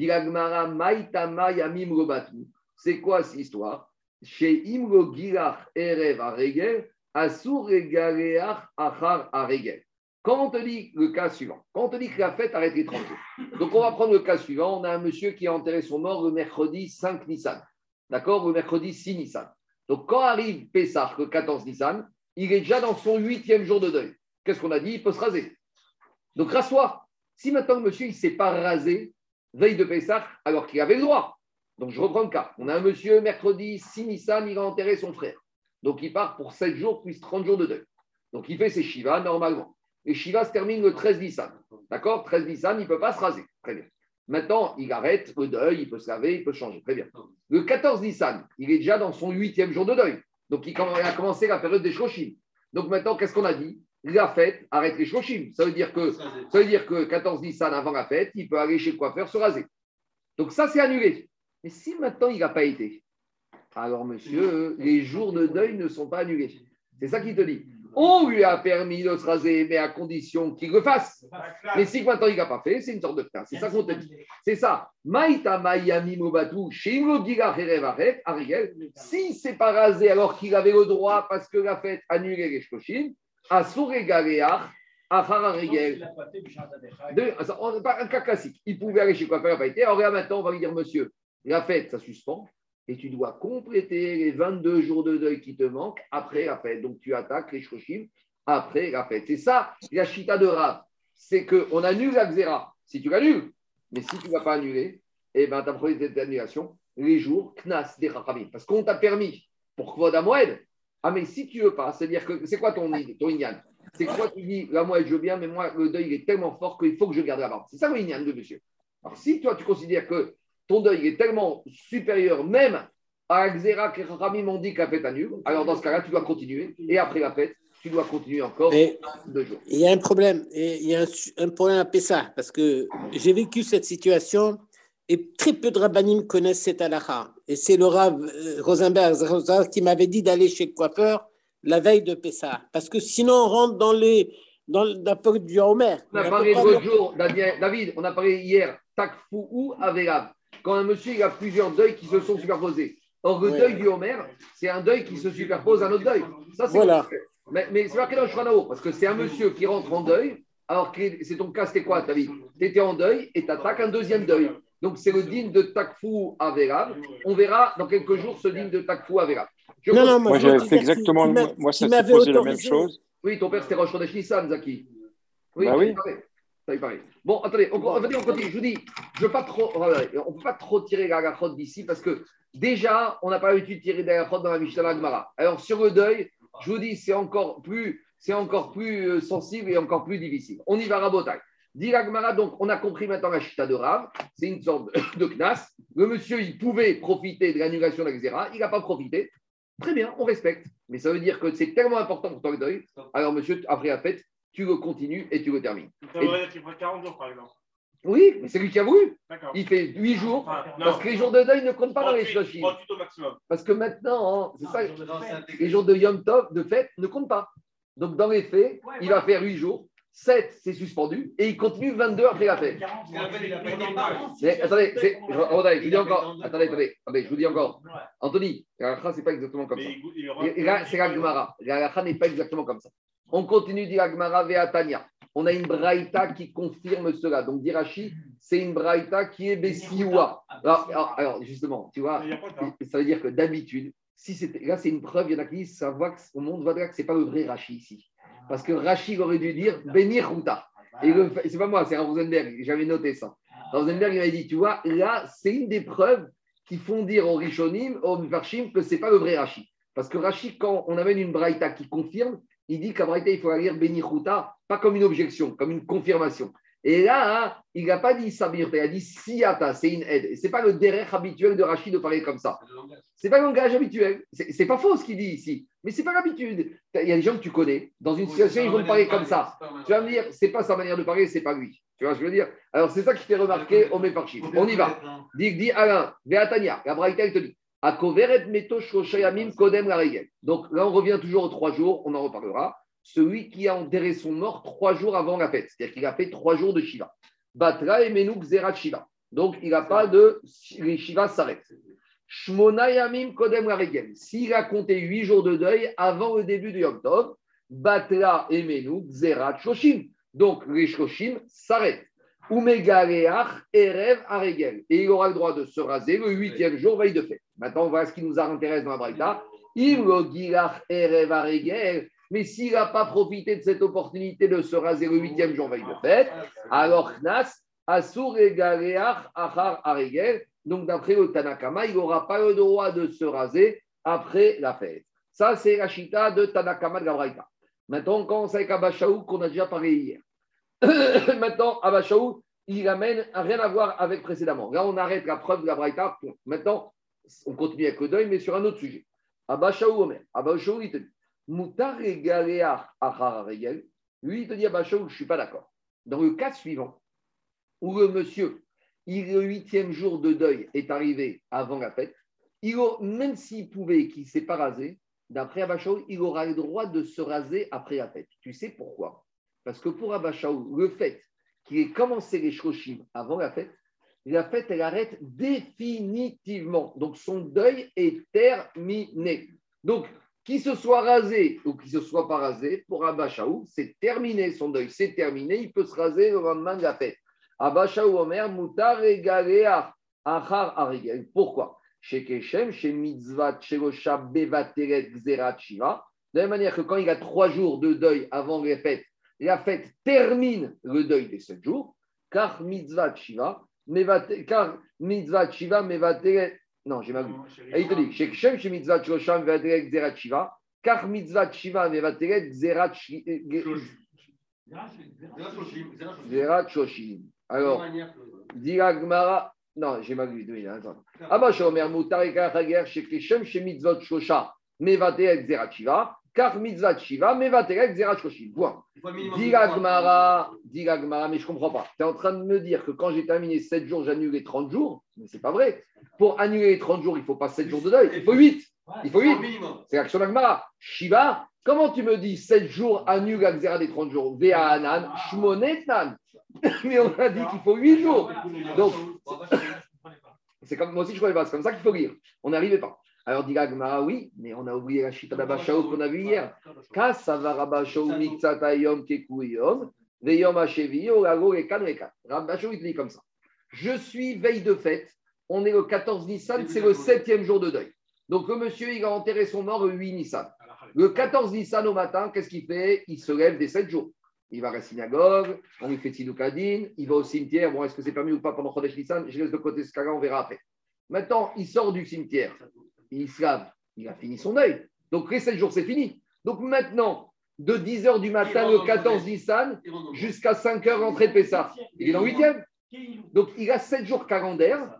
C'est quoi cette histoire? Chez Imlo Gilach Erev Aregel, Asur Regaleach Achar Aregel. Quand on te dit le cas suivant, quand on te dit que la fête arrête les 30 jours, donc on va prendre le cas suivant, on a un monsieur qui a enterré son mort le mercredi 5 Nissan, d'accord, le mercredi 6 Nissan. Donc quand arrive Pessah, le 14 Nissan, il est déjà dans son 8e jour de deuil. Qu'est-ce qu'on a dit? Il peut se raser. Donc rase-toi. Si maintenant le monsieur il ne s'est pas rasé, veille de Pessah, alors qu'il avait le droit. Donc je reprends le cas. On a un monsieur, mercredi 6 Nissan, il a enterré son frère. Donc il part pour 7 jours, puis 30 jours de deuil. Donc il fait ses Shiva normalement. Et Shiva se termine le 13 Nissan. D'accord? 13 Nissan, il ne peut pas se raser. Très bien. Maintenant, il arrête le deuil, il peut se laver, il peut changer. Très bien. Le 14 Nissan, il est déjà dans son 8e jour de deuil. Donc il a commencé la période des Shoshim. Donc maintenant, qu'est-ce qu'on a dit? La fête arrête les Shoshim. Ça veut dire que 14 Nissan avant la fête, il peut aller chez le coiffeur se raser. Donc ça, c'est annulé. Mais si maintenant il n'a pas été, alors monsieur, les jours de deuil ne sont pas annulés. C'est ça qu'il te dit. On lui a permis de se raser, mais à condition qu'il le fasse. Mais si maintenant il n'a pas fait, c'est une sorte de cas. C'est ça qu'on te dit. C'est ça. Si c'est pas rasé alors qu'il avait le droit parce que la fête annulait les shloshim, un cas classique. Il pouvait aller chez quoi faire, il n'a pas été. Alors là, maintenant, on va lui dire, monsieur, la fête, ça suspend. Et tu dois compléter les 22 jours de deuil qui te manquent après la fête. Donc, tu attaques les shloshim après la fête. C'est ça, la chita de Rav. C'est qu'on annule la xéra. Si tu l'annules, mais si tu ne vas pas annuler, eh ben, tu as pris cette annulation les jours, knas des chachamim. Parce qu'on t'a permis pour Kvod HaMoed. Ah, mais si tu ne veux pas, c'est-à-dire que c'est quoi ton inyan? C'est quoi tu dis, la Moed, je veux bien, mais moi, le deuil il est tellement fort qu'il faut que je garde la barbe. C'est ça le inyan de monsieur. Alors, si toi, tu considères que ton deuil est tellement supérieur même à la xéra que les chachamim m'ont dit qu'à fête annule, alors dans ce cas-là, tu dois continuer. Et après la fête, tu dois continuer encore 2 jours. Il y a un problème. Il y a un problème à Pessah, parce que j'ai vécu cette situation et très peu de rabbanim connaissent cette halakha. Et c'est le Rav Rosenberg qui m'avait dit d'aller chez le coiffeur la veille de Pessah. Parce que sinon, on rentre dans la période du Homer. On a parlé l'autre jour, David, on a parlé hier, Takfou Averav. quand un monsieur il a plusieurs deuils qui se sont superposés. Or, le deuil du Homer, c'est un deuil qui se superpose à un autre deuil. Ça, c'est voilà. Mais c'est marqué dans le Shulchan, parce que c'est un monsieur qui rentre en deuil, alors que c'est ton cas, c'était quoi ta vie? Tu étais en deuil et tu attaques un deuxième deuil. Donc, c'est le digne de Takfou Avera. On verra dans quelques jours ce digne de Takfou Avera. Non, moi, j'avais fait exactement. Moi, ça s'est posé la même chose. Oui, ton père, c'était Rosh Chodesh Nissan, Zaki. Oui, bah oui. Ça y paraît. Bon, attendez, on continue. Je vous dis, on ne peut pas trop tirer la halachot d'ici parce que déjà, on n'a pas l'habitude de tirer la halachot dans la Mishnah Gemara. Alors, sur le deuil, je vous dis, c'est encore plus sensible et encore plus difficile. On y va, Rabotai. Dit la Gemara, donc, on a compris maintenant la chita de Rav. C'est une sorte de knas. Le monsieur, il pouvait profiter de l'annulation de la Xéra. Il n'a pas profité. Très bien, on respecte. Mais ça veut dire que c'est tellement important pour toi le deuil. Alors, monsieur, après la fête, tu le continues et tu le termines. Ça veut dire qu'il ferait 40 jours, par exemple. Oui, mais c'est lui qui a voulu. D'accord. Il fait 8 jours, Enfin, parce que les jours de deuil ne comptent pas dans les 38 shloshim. au maximum. Parce que maintenant, c'est ça, les jours de Yom Tov, de fête, ne comptent pas. Donc, dans les faits, il va faire 8 jours. 7, c'est suspendu, et il continue 22 après la fête. Mais attendez, je vous dis encore. Attendez, je vous dis encore. Anthony, la halakha, c'est pas exactement comme ça. Là, c'est la Gemara. La halakha n'est pas exactement comme ça. On continue, dit la Gemara Ve'atania. On a une braïta qui confirme cela. Donc, dit Rashi, c'est une braïta qui est Bessiwa. Alors, justement, tu vois, ça veut dire que d'habitude, là, c'est une preuve, il y en a qui disent, ça voit que au monde voit que ce n'est pas le vrai Rashi ici. Parce que Rashi aurait dû dire Benir Ruta. Et c'est pas moi, c'est Rosenberg, j'avais noté ça. Rosenberg, il m'a dit, tu vois, là, c'est une des preuves qui font dire aux Rishonim, aux Mifarshim, que ce n'est pas le vrai Rashi. Parce que Rashi, quand on amène une braïta qui confirme, il dit qu'à braïta, il faut la lire Benir Ruta, pas comme une objection, comme une confirmation. Et là, hein, il n'a pas dit Sabirta, il a dit Siyata, c'est une aide. Ce n'est pas le derech habituel de Rashi de parler comme ça. Ce n'est pas le langage habituel. Ce n'est pas faux ce qu'il dit ici, mais ce n'est pas l'habitude. Il y a des gens que tu connais, dans une situation, ils vont parler comme ça. Tu vas me dire, ce n'est pas sa manière de parler, ce n'est pas lui. Tu vois ce que je veux dire? Alors, c'est ça qui fait remarquer au Mefarshim. On y va. Dit Alain, Veatania, la Braïta, il te dit Akoveret metosh roshayamim kodem la regel. Donc là, on revient toujours aux 3 jours, on en reparlera. Celui qui a enterré son mort 3 jours avant la fête. C'est-à-dire qu'il a fait 3 jours de Shiva. Batra et Menouk Zerat Shiva. Donc, il n'a pas de. Les Shiva s'arrêtent. Shmona Yamim Kodem Laregem. S'il a compté 8 jours de deuil avant le début de Yom Tov, Batra et Menouk Zerat Shoshim. Donc, les Shoshim s'arrêtent. Umegareach Erev Aregel. Et il aura le droit de se raser le 8e jour, veille de fête. Maintenant, voilà ce qui nous intéresse dans la Braïta. Im lo Gilach Erev Aregel. Mais s'il n'a pas profité de cette opportunité de se raser le 8e jour veille de fête, alors Knas, Asur et Gareach, Achar Aregel. Donc, d'après le Tanakama, il n'aura pas le droit de se raser après la fête. Ça, c'est la chita de Tanakama de Gabraïta. Maintenant, on commence avec Abba Shaul, qu'on a déjà parlé hier. Maintenant, Abba Shaul, il amène rien à voir avec précédemment. Là, on arrête la preuve de la Braïta. Maintenant, on continue avec le deuil, mais sur un autre sujet. Abba Shaul Omer. Abba Shaul, il te dit. Moutar et Galéach Achar Regel, lui, il te dit, Abba Shaul, je ne suis pas d'accord. Dans le cas suivant, où le monsieur, le 8e jour de deuil est arrivé avant la fête, même s'il pouvait, qu'il ne s'est pas rasé, d'après Abba Shaul, il aura le droit de se raser après la fête. Tu sais pourquoi? Parce que pour Abba Shaul, le fait qu'il ait commencé les shloshim avant la fête, elle arrête définitivement. Donc, son deuil est terminé. Donc, qu'il se soit rasé ou qu'il ne se soit pas rasé, pour Abba Shaul, c'est terminé, son deuil, c'est terminé, il peut se raser le lendemain de la fête. Abba Shaul Omer, Moutar et Galéach, Achar Arigel. Pourquoi? Chez Keshem, chez Mitzvat, chez Rosha, Bevateret, Xerat, Shiva. De la même manière que quand il a 3 jours de deuil avant la fête termine le deuil des 7 jours, car Mitzvat, Shiva, Mevateret. Non, j'ai mal vu. Il te dit, chez Keshem, chez Mitzvat, chez Rosha, Bevateret, Xerat, Shiva, car Mitzvat, Shiva, Mevateret, Xerat, Shoshim. Alors, dit la Gemara. Non, j'ai mal lu. Abba Shomer Moutareka Hager chez Keshem chez Mitzvot Shosha Mevaterek Zerat Shiva car Mitzvot Shiva Mevaterek Zerat Shoshim. Point. Dit la Gemara, mais je ne comprends pas. Tu es en train de me dire que quand j'ai terminé 7 jours, j'annule les 30 jours. Mais ce n'est pas vrai. Pour annuler les 30 jours, il ne faut pas 7 jours de deuil. Il faut 8. Il faut 8. C'est l'action de la Gemara. Shiva, comment tu me dis 7 jours annule la Xéra des 30 jours? Vea Anan, Shmonetnan. Mais on a dit qu'il faut 8 jours. Donc, C'est comme, moi aussi, je ne croyais pas. C'est comme ça qu'il faut lire. On n'arrivait pas. Alors, dit Gmara, oui, mais on a oublié la chita d'Abba Shaul qu'on a vu hier. Kasava Rabba Shaul mitzatayom kekuyom, veyom hashevi, olago rekan rekan. Rabba Shaul, il dit comme ça. Je suis veille de fête. On est le 14 Nissan, c'est le 7e jour de deuil. Donc, le monsieur, il a enterré son mort le 8 Nissan. Le 14 Nissan au matin, qu'est-ce qu'il fait? Il se lève des 7 jours. Il va à la synagogue, on lui fait Tzidukadin, il va au cimetière. Bon, est-ce que c'est permis ou pas pendant Chodesh Nissan? Je laisse de côté ce cas-là, on verra après. Maintenant, il sort du cimetière. Il se lave, il a fini son deuil. Donc, les 7 jours, c'est fini. Donc, maintenant, de 10h du matin, le 14 Nissan, jusqu'à 5h, rentrée de Pessah. Il est dans le 8e. Donc, il a 7 jours calendaires.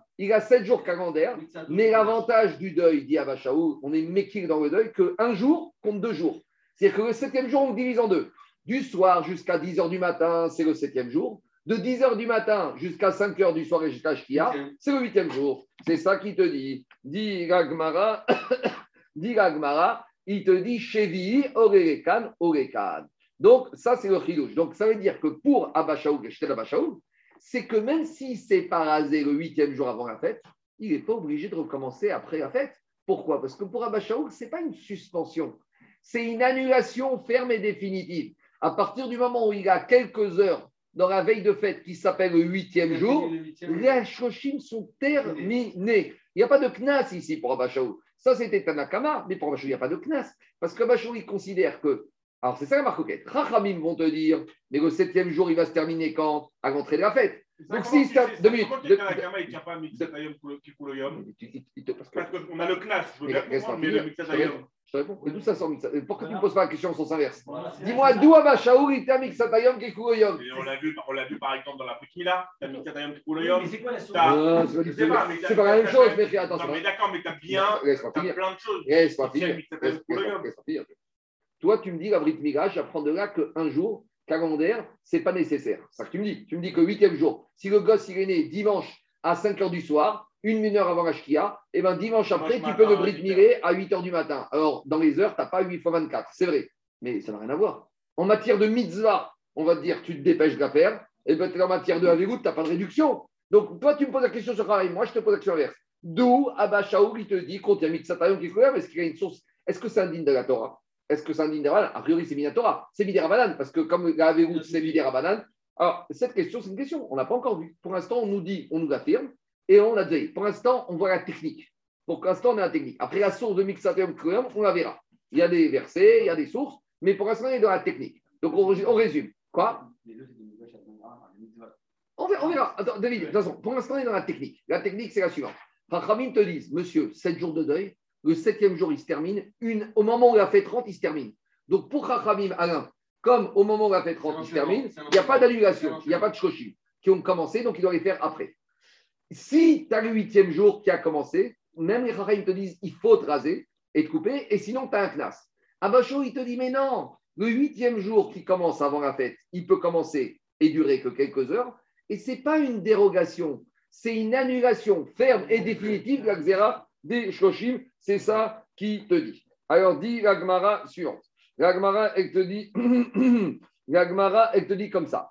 Mais l'avantage du deuil, dit Abba Shaul, on est méquille dans le deuil, qu'un jour compte 2 jours. C'est-à-dire que le 7e jour, on le divise en 2. Du soir jusqu'à 10h du matin, c'est le 7e jour. De 10h du matin jusqu'à 5h du soir et jusqu'à Shkia, c'est le 8e jour. C'est ça qu'il te dit. Dit Gagmara, il te dit Chevi, Orekan, Orekan. Donc, ça, c'est le chidouche. Donc, ça veut dire que pour Abba Shaul, c'est que même s'il s'est pas rasé le 8e jour avant la fête, il n'est pas obligé de recommencer après la fête. Pourquoi? Parce que pour Abba Shaul, ce n'est pas une suspension. C'est une annulation ferme et définitive. À partir du moment où il a quelques heures dans la veille de fête qui s'appelle le 8e jour, les Hashoshim sont terminés. Il n'y a pas de knas ici pour Abba Shaul. Ça, c'était Tanakama, mais pour Abba Shaul, il n'y a pas de knas. Parce que Abba Shaul, il considère que. Alors, c'est ça la marcoquette. Rachamim vont te dire, mais le 7e jour, il va se terminer quand? À l'entrée de la fête. Donc, si c'est 2 minutes. Comment Tanakama, il ne tient pas Mixatayom Kikuloyom? Parce qu'on a le Knas, je veux bien comprendre, mais le Mixatayom. Je te réponds. Et d'où ça sort Mixatayom? Pourquoi tu ne me poses pas la question en sens inverse? Dis-moi, d'où Abba Shaul, il tient Mixatayom Kikuloyom? On l'a vu par exemple dans la Pekila, tu as Mixatayom Kikuloyom. Mais c'est quoi la solution? C'est pas la même chose, mais attention. Non, mais d'accord, mais tu as bien. Laisse-moi finir. Plein de choses. Laisse-moi finir. Toi, tu me dis, la Brit Mila, j'apprends de là qu'un jour, calendaire, ce n'est pas nécessaire. C'est ça que tu me dis. Tu me dis que 8e jour, si le gosse il est né dimanche à 5h du soir, 1 heure avant la Shkia, et bien dimanche après, tu peux le Brit Milé à 8h du matin. Alors, dans les heures, tu n'as pas 8 fois 24. C'est vrai. Mais ça n'a rien à voir. En matière de mitzvah, on va te dire, tu te dépêches de la faire. Et peut-être en matière de Havegout, tu n'as pas de réduction. Donc, toi, tu me poses la question sur Harry. Moi, je te pose la question inverse. D'où Abba Shaul, il te dit, quand il y a Mitzatayom qui est est-ce qu'il y a une source? Est-ce que c'est un digne de la Torah? Est-ce que c'est un digne de Rabanan? A priori, c'est Minatora. C'est Midirabanan, parce que comme la Havegout, c'est Midirabanan. Alors, cette question, c'est une question. On n'a pas encore vu. Pour l'instant, on nous dit, on nous affirme, et on a dit. Pour l'instant, on voit la technique. Pour l'instant, on a la technique. Après, la source de Mixatayom Kriyom, on la verra. Il y a des versets, il y a des sources, mais pour l'instant, on est dans la technique. Donc, on résume. Quoi? On verra. Attends, David, de toute façon, pour l'instant, on est dans la technique. La technique, c'est la suivante. Rachamim te disent, monsieur, 7 jours de deuil, le 7e jour, il se termine. Au moment où il a fait 30, il se termine. Donc, pour Rachamim, Alain, comme au moment où il a fait 30, il se termine, il n'y a pas d'annulation, il n'y a pas de shoshim qui ont commencé, donc il doit les faire après. Si tu as le 8e jour qui a commencé, même les Rachamim te disent, il faut te raser et te couper, et sinon, tu as un knas. Abba Shaul, il te dit, mais non, le 8e jour qui commence avant la fête, il peut commencer et durer que quelques heures, et ce n'est pas une dérogation, c'est une annulation ferme et définitive de la Xéra des Shoshim, c'est ça qui te dit. Alors, dit la Gemara suivante. La Gemara, elle te dit comme ça.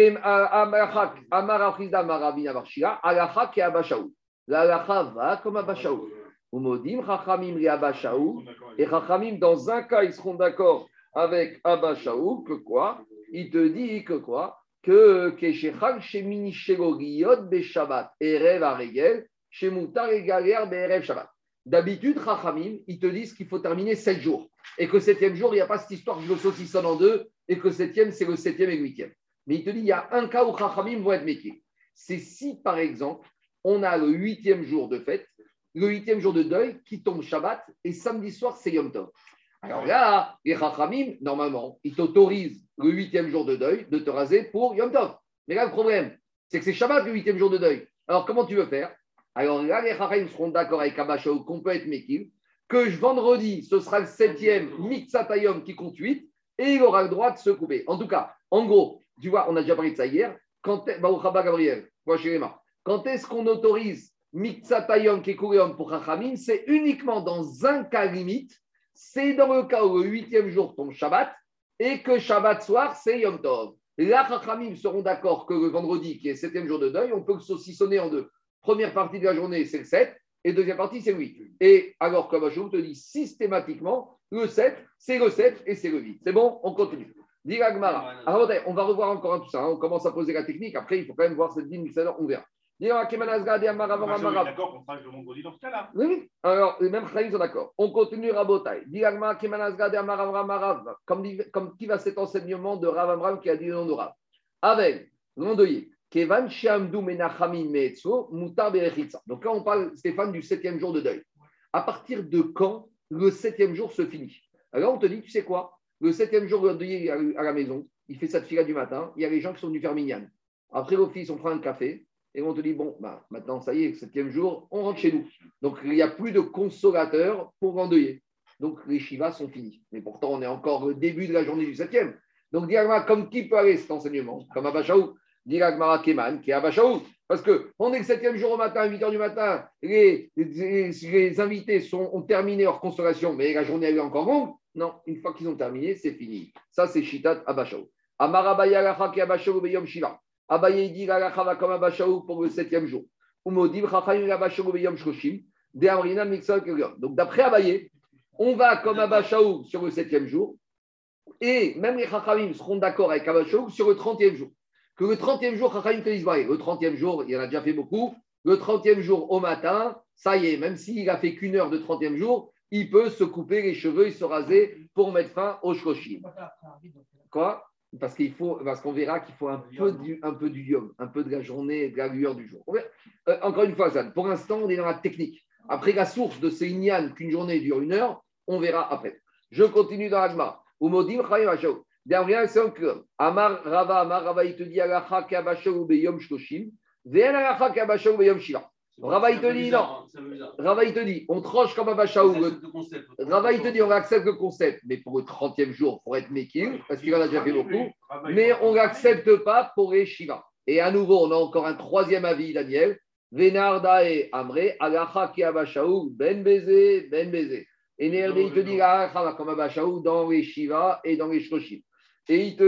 La halacha va comme Abba Shaul. Umodim chachamim li Abba Shaul. Et chachamim, dans un cas, ils seront d'accord avec Abba Shaul que quoi? Il te dit que quoi? Que Keshechag Shemini Shegogiyot Beshabbat Erev Aregel Shemutar Egaler Be'erev Shabbat. D'habitude, Chachamim, ils te disent qu'il faut terminer 7 jours. Et que 7e jour, il n'y a pas cette histoire que je le saucissonne en deux et que 7e, c'est le 7e et le 8e. Mais il te dit, il y a un cas où Chachamim vont être métiers. C'est si, par exemple, on a le 8e jour de fête, le 8e jour de deuil qui tombe Shabbat et samedi soir, c'est Yom Tov. Alors là, les Chachamim, normalement, ils t'autorisent le 8e jour de deuil de te raser pour Yom Tov. Mais là, le problème, c'est que c'est Shabbat le 8e jour de deuil. Alors, comment tu veux faire? Alors là, les Chachamim seront d'accord avec Abba Shaul qu'on peut être Mekil, que vendredi, ce sera le 7e Mitzatayom qui compte 8, et il aura le droit de se couper. En tout cas, en gros, tu vois, on a déjà parlé de ça hier, quand Gabriel, quand est-ce qu'on autorise Mitzatayom Kekureom pour Chachamim? C'est uniquement dans un cas limite, c'est dans le cas où le 8e jour tombe Shabbat, et que Shabbat soir, c'est Yom Tov. Là, Chachamim seront d'accord que le vendredi, qui est le 7e jour de deuil, on peut le saucissonner en deux. Première partie de la journée, c'est le 7, et deuxième partie, c'est le 8. Et alors que Abba Shaul te dit systématiquement, le 7, c'est le 7 et c'est le 8. C'est bon, on continue. Dis la Gemara. Alors, on va revoir encore tout ça. On commence à poser la technique. Après, il faut quand même voir cette dîme, on verra. D'accord, on fera le vendredi dans ce cas-là. Oui, alors les mêmes Khaïs sont d'accord. On continue Rabotai. Diagma Kemanasgade Amarav, comme qui va cet enseignement de Rav Amram qui a dit le nom de Rav. Avec l'endeuillé. Kevan Shamdu Menachamim Meetzo, Mutar Berechitza. Donc là, on parle, Stéphane, du 7e jour de deuil. À partir de quand le 7e jour se finit? Alors on te dit, tu sais quoi? Le 7e jour, l'endeuillé à la maison, il fait sa tefila du matin. Il y a les gens qui sont venus faire minyan. Après l'office, on prend un café. Et on te dit, bon, maintenant, ça y est, 7e jour, on rentre chez nous. Donc, il n'y a plus de consolateur pour endeuiller. Donc, les shivas sont finis. Mais pourtant, on est encore au début de la journée du 7e. Donc, Diagma, comme qui peut aller cet enseignement? Comme Abba Shaul. Diagma Keman, qui est Abba Shaul. Parce qu'on est le 7e jour au matin, à 8h du matin. Les invités ont terminé leur consolation, mais la journée elle est encore longue. Non, une fois qu'ils ont terminé, c'est fini. Ça, c'est Shitat Abba Shaul. Amarabaya Lacha qui Abba Shaul Beyom Shiva. Abaye dit la va comme Abba Shaul pour le 7e jour. Donc d'après Abaye, on va comme Abba Shaul sur le 7e jour. Et même les Chachamim seront d'accord avec Abba Shaul sur le 30e jour. Que le 30e jour, Chachamim te disent, le 30e jour, il en a déjà fait beaucoup. Le 30e jour au matin, ça y est, même s'il a fait qu'une heure de 30e jour, il peut se couper les cheveux et se raser pour mettre fin au Shkoshim. Quoi? Parce qu'on verra qu'il faut un peu du yom, un peu de la journée, de la lueur du jour. Encore une fois, Zan, pour l'instant, on est dans la technique. Après la source de ces ignan qu'une journée dure 1 heure, on verra après. Je continue dans l'Agma. Umodim Chayim Hashau. Derrière, c'est un club. Amar Rava, il te dit Alacha Kabashau Beyom Shloshim. Ve'en Alacha Kabashau Beyom Shiva. Rava, il te dit non. Rava, il te dit, on tranche comme Abba Shaul. Rava, il te dit, on accepte le concept, mais pour le 30e jour, pour être Mekil, parce qu'il en a déjà fait beaucoup, mais on n'accepte pas pour les Shiva. Et à nouveau, on a encore un 3e avis, Daniel. Venarda et Amré, Alacha ki Abba Shaul, Ben Bézé, Ben Bézé. Et Néerde, il te dit, Alacha comme Abba Shaul dans les Shiva et dans les Shloshim. Et il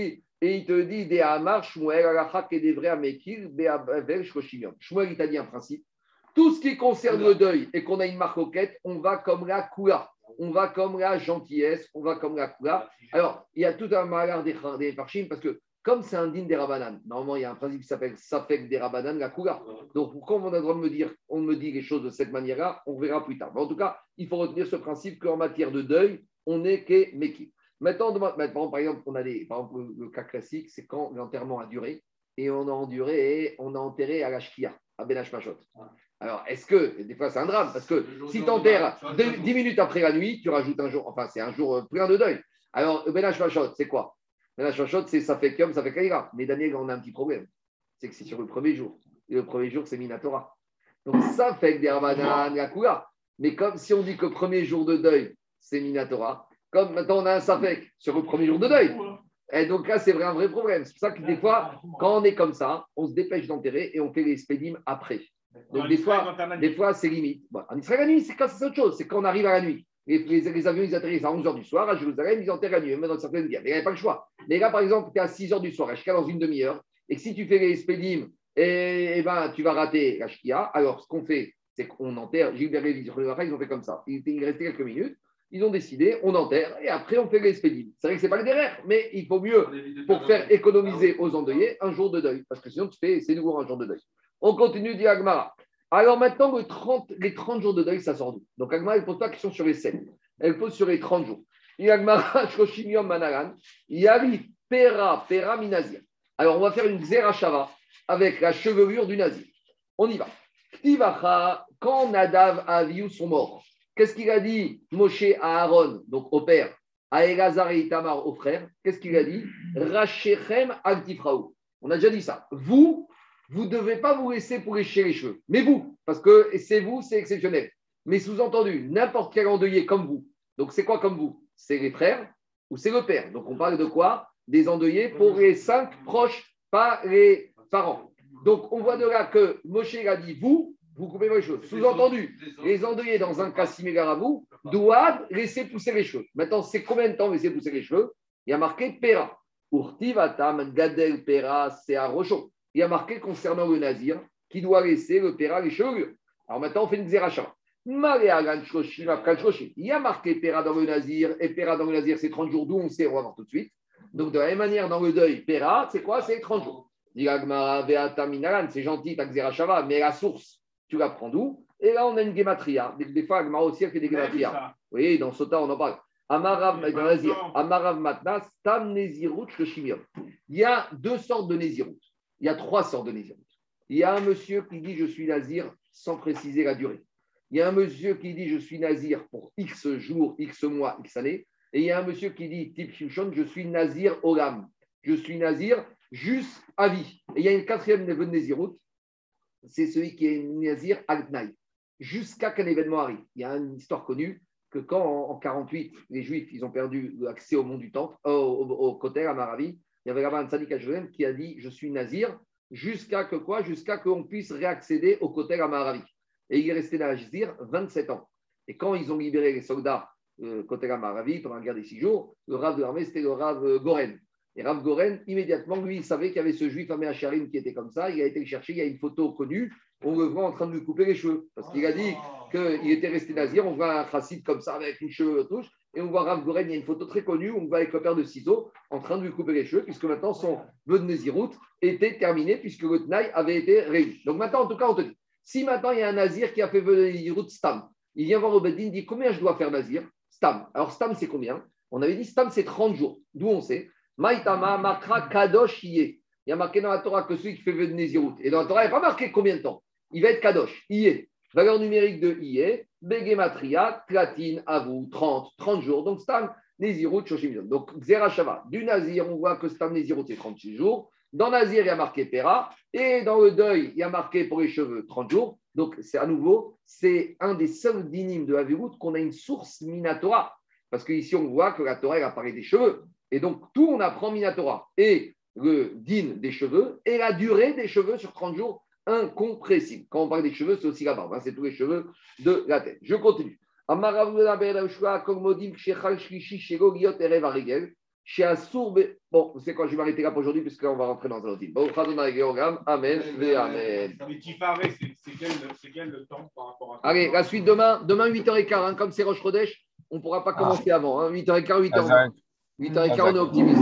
te dit, des Amar, Shmuel, Alacha et des vrais Amekil, Beavel, Shloshim. Shmuel, il t'a dit un principe. Tout ce qui concerne le deuil et qu'on a une marcoquette, on va comme la Kula, on va comme la gentillesse, on va comme la Kula. Alors, il y a tout un malheur des Farshim parce que comme c'est un din des Rabanan, normalement, il y a un principe qui s'appelle Safek des Rabanan, la Kula. Donc, pourquoi on a le droit de me dire, on me dit les choses de cette manière-là, on verra plus tard. Mais en tout cas, il faut retenir ce principe qu'en matière de deuil, on n'est qu'est Meki. Maintenant, par exemple, on a le cas classique, c'est quand l'enterrement a duré et on a enterré à la Shkia, à Ben Hashmashot. Alors, est-ce que, des fois c'est un drame, parce que si tu enterres 10 minutes après la nuit, tu rajoutes un jour, enfin c'est un jour plein de deuil. Alors, Ben Hashmashot, c'est quoi? Ben Hashmashot, c'est ça fait comme, ça fait Kaïra. Mais Daniel, on a un petit problème. C'est que c'est sur le premier jour. Et le premier jour, c'est Minatora. Donc ça fait que des Ramadan, la Kula. Mais comme si on dit que le premier jour de deuil, c'est Minatora, comme maintenant on a un Safek sur le premier jour de deuil. Et donc là, c'est un vrai problème. C'est pour ça que des fois, quand on est comme ça, on se dépêche d'enterrer et on fait les spédimes après. Donc des fois, c'est limite. Bon, en Israël, la nuit, c'est autre chose. C'est quand on arrive à la nuit. Les avions, ils atterrissent à 11h du soir. À Jérusalem, ils enterrent la nuit, même dans certaines guerres. Mais il n'y avait pas le choix. Mais là, par exemple, tu es à 6h du soir, à Shkia dans une demi-heure. Et que si tu fais les spédimes, tu vas rater la Shkia. Alors, ce qu'on fait, c'est qu'on enterre. Gilbert et ils ont fait comme ça. Il restait quelques minutes. Ils ont décidé, on enterre et après on fait les spédimes. C'est vrai que ce n'est pas le derrière, mais il faut mieux, pour faire économiser aux endeuillés, un jour de deuil. Parce que sinon, c'est nouveau un jour de deuil. On continue, dit Agmara. Alors maintenant, les 30 jours de deuil, ça sort d'où? Donc Agmara, elle ne pose pas la question sur les 7. Elle pose sur les 30 jours. Il Agmara, Shoshimium Manaran, Yavi, Pera Minazir. Alors on va faire une Zerachava avec la chevelure du Nazir. On y va. Ktivacha, quand Nadav et Avihu sont morts. Qu'est-ce qu'il a dit Moshe à Aaron, donc au père, à Elazar et Itamar, au frère? Qu'est-ce qu'il a dit Rachechem Altifraou. On a déjà dit ça. Vous ne devez pas vous laisser pour lécher les cheveux. Mais vous, parce que c'est vous, c'est exceptionnel. Mais sous-entendu, n'importe quel endeuillé comme vous. Donc c'est quoi comme vous? C'est les frères ou c'est le père? Donc on parle de quoi? Des endeuillés pour les 5 proches, pas les parents. Donc on voit de là que Moshe a dit vous coupez vos cheveux. Sous-entendu, les endeuillés, dans un cas similaire à vous, doivent laisser pousser les cheveux. Maintenant, c'est combien de temps laisser pousser les cheveux? Il y a marqué Pera. Urtivatam Gadel Pera, c'est à Rochon. Il y a marqué concernant le Nazir, qui doit laisser le Péra, les chevelures. Alors maintenant, on fait une Xerachava. Il y a marqué Péra dans le Nazir, et Péra dans le Nazir, c'est 30 jours, d'où on sait, on va voir tout de suite. Donc, de la même manière, dans le deuil, Péra, c'est quoi? C'est 30 jours. C'est gentil, ta Xerachava, mais la source, tu la prends d'où? Et là, on a une Gematria. Des fois, Agmara aussi a fait des Gematria. Oui, dans Sota, on en parle. Amarav Matnas, Tam Nezirut Shloshimium. Il y a deux sortes de Nezirut. Il y a trois sortes de Nezirut. Il y a un monsieur qui dit je suis Nazir sans préciser la durée. Il y a un monsieur qui dit je suis Nazir pour X jours, X mois, X années. Et il y a un monsieur qui dit type Shimshon, je suis Nazir Olam. Je suis Nazir juste à vie. Et il y a une quatrième niveau de Nezirut, c'est celui qui est Nazir Al-Tnaï, jusqu'à qu'un événement arrive. Il y a une histoire connue que quand en 48, les Juifs ils ont perdu l'accès au mont du Temple, au Kotel, à Maravi, il y avait là-bas un tzaddik à Jérusalem qui a dit je suis Nazir jusqu'à que quoi? Jusqu'à qu'on puisse réaccéder au Kotel à Maravi. Et il est resté Nazir 27 ans. Et quand ils ont libéré les soldats Kotel à Maravi pendant la guerre des 6 jours, le Rav de l'armée c'était le Rav Goren. Et Rav Goren, immédiatement, lui, il savait qu'il y avait ce juif Amé Hacharim qui était comme ça. Il a été le chercher. Il y a une photo connue. On le voit en train de lui couper les cheveux. Parce qu'il a dit qu'il était resté nazir. On voit un chassid comme ça avec une cheveux touche. Et on voit Rav Goren, il y a une photo très connue. On le voit avec le père de ciseaux en train de lui couper les cheveux. Puisque maintenant, son vœu de Nézirout était terminé. Puisque le Tnaï avait été réuni. Donc maintenant, en tout cas, on te dit si maintenant il y a un nazir qui a fait vœu de Nézirout Stam, il vient voir au Beddin, il dit combien je dois faire nazir Stam. Alors, Stam, c'est combien? On avait dit Stam, c'est 30 jours. D'où on sait Maïtama, Makra, Kadosh, Iye. Il y a marqué dans la Torah que celui qui fait vœu de Nézirout. Et dans la Torah, il n'y a pas marqué combien de temps. Il va être Kadosh, Iye. Valeur numérique de Iye, Begematria, Tlatin, Avou, 30 jours. Donc, Stam, Nézirout, Shoshimidon. Donc, Xerashava. Du Nazir, on voit que Stam, Nézirout, c'est 36 jours. Dans Nazir, il y a marqué Péra. Et dans le deuil, il y a marqué pour les cheveux 30 jours. Donc, c'est à nouveau, c'est un des seuls dynimes de Havirut qu'on a une source Minatora. Parce qu'ici, on voit que la Torah, elle apparaît des cheveux. Et donc, tout, on apprend Minatora. Et le din des cheveux et la durée des cheveux sur 30 jours incompressible. Quand on parle des cheveux, c'est aussi la barbe. C'est tous les cheveux de la tête. Je continue. Bon, c'est quoi, je vais m'arrêter là pour aujourd'hui, puisque là, on va rentrer dans un autre din. Amen. Amen. C'est quel le temps par rapport à ça? Allez, la suite demain 8h15. Comme c'est Rosh Chodesh, on ne pourra pas commencer avant. 8h15, 8h20. 8h15, on est optimiste.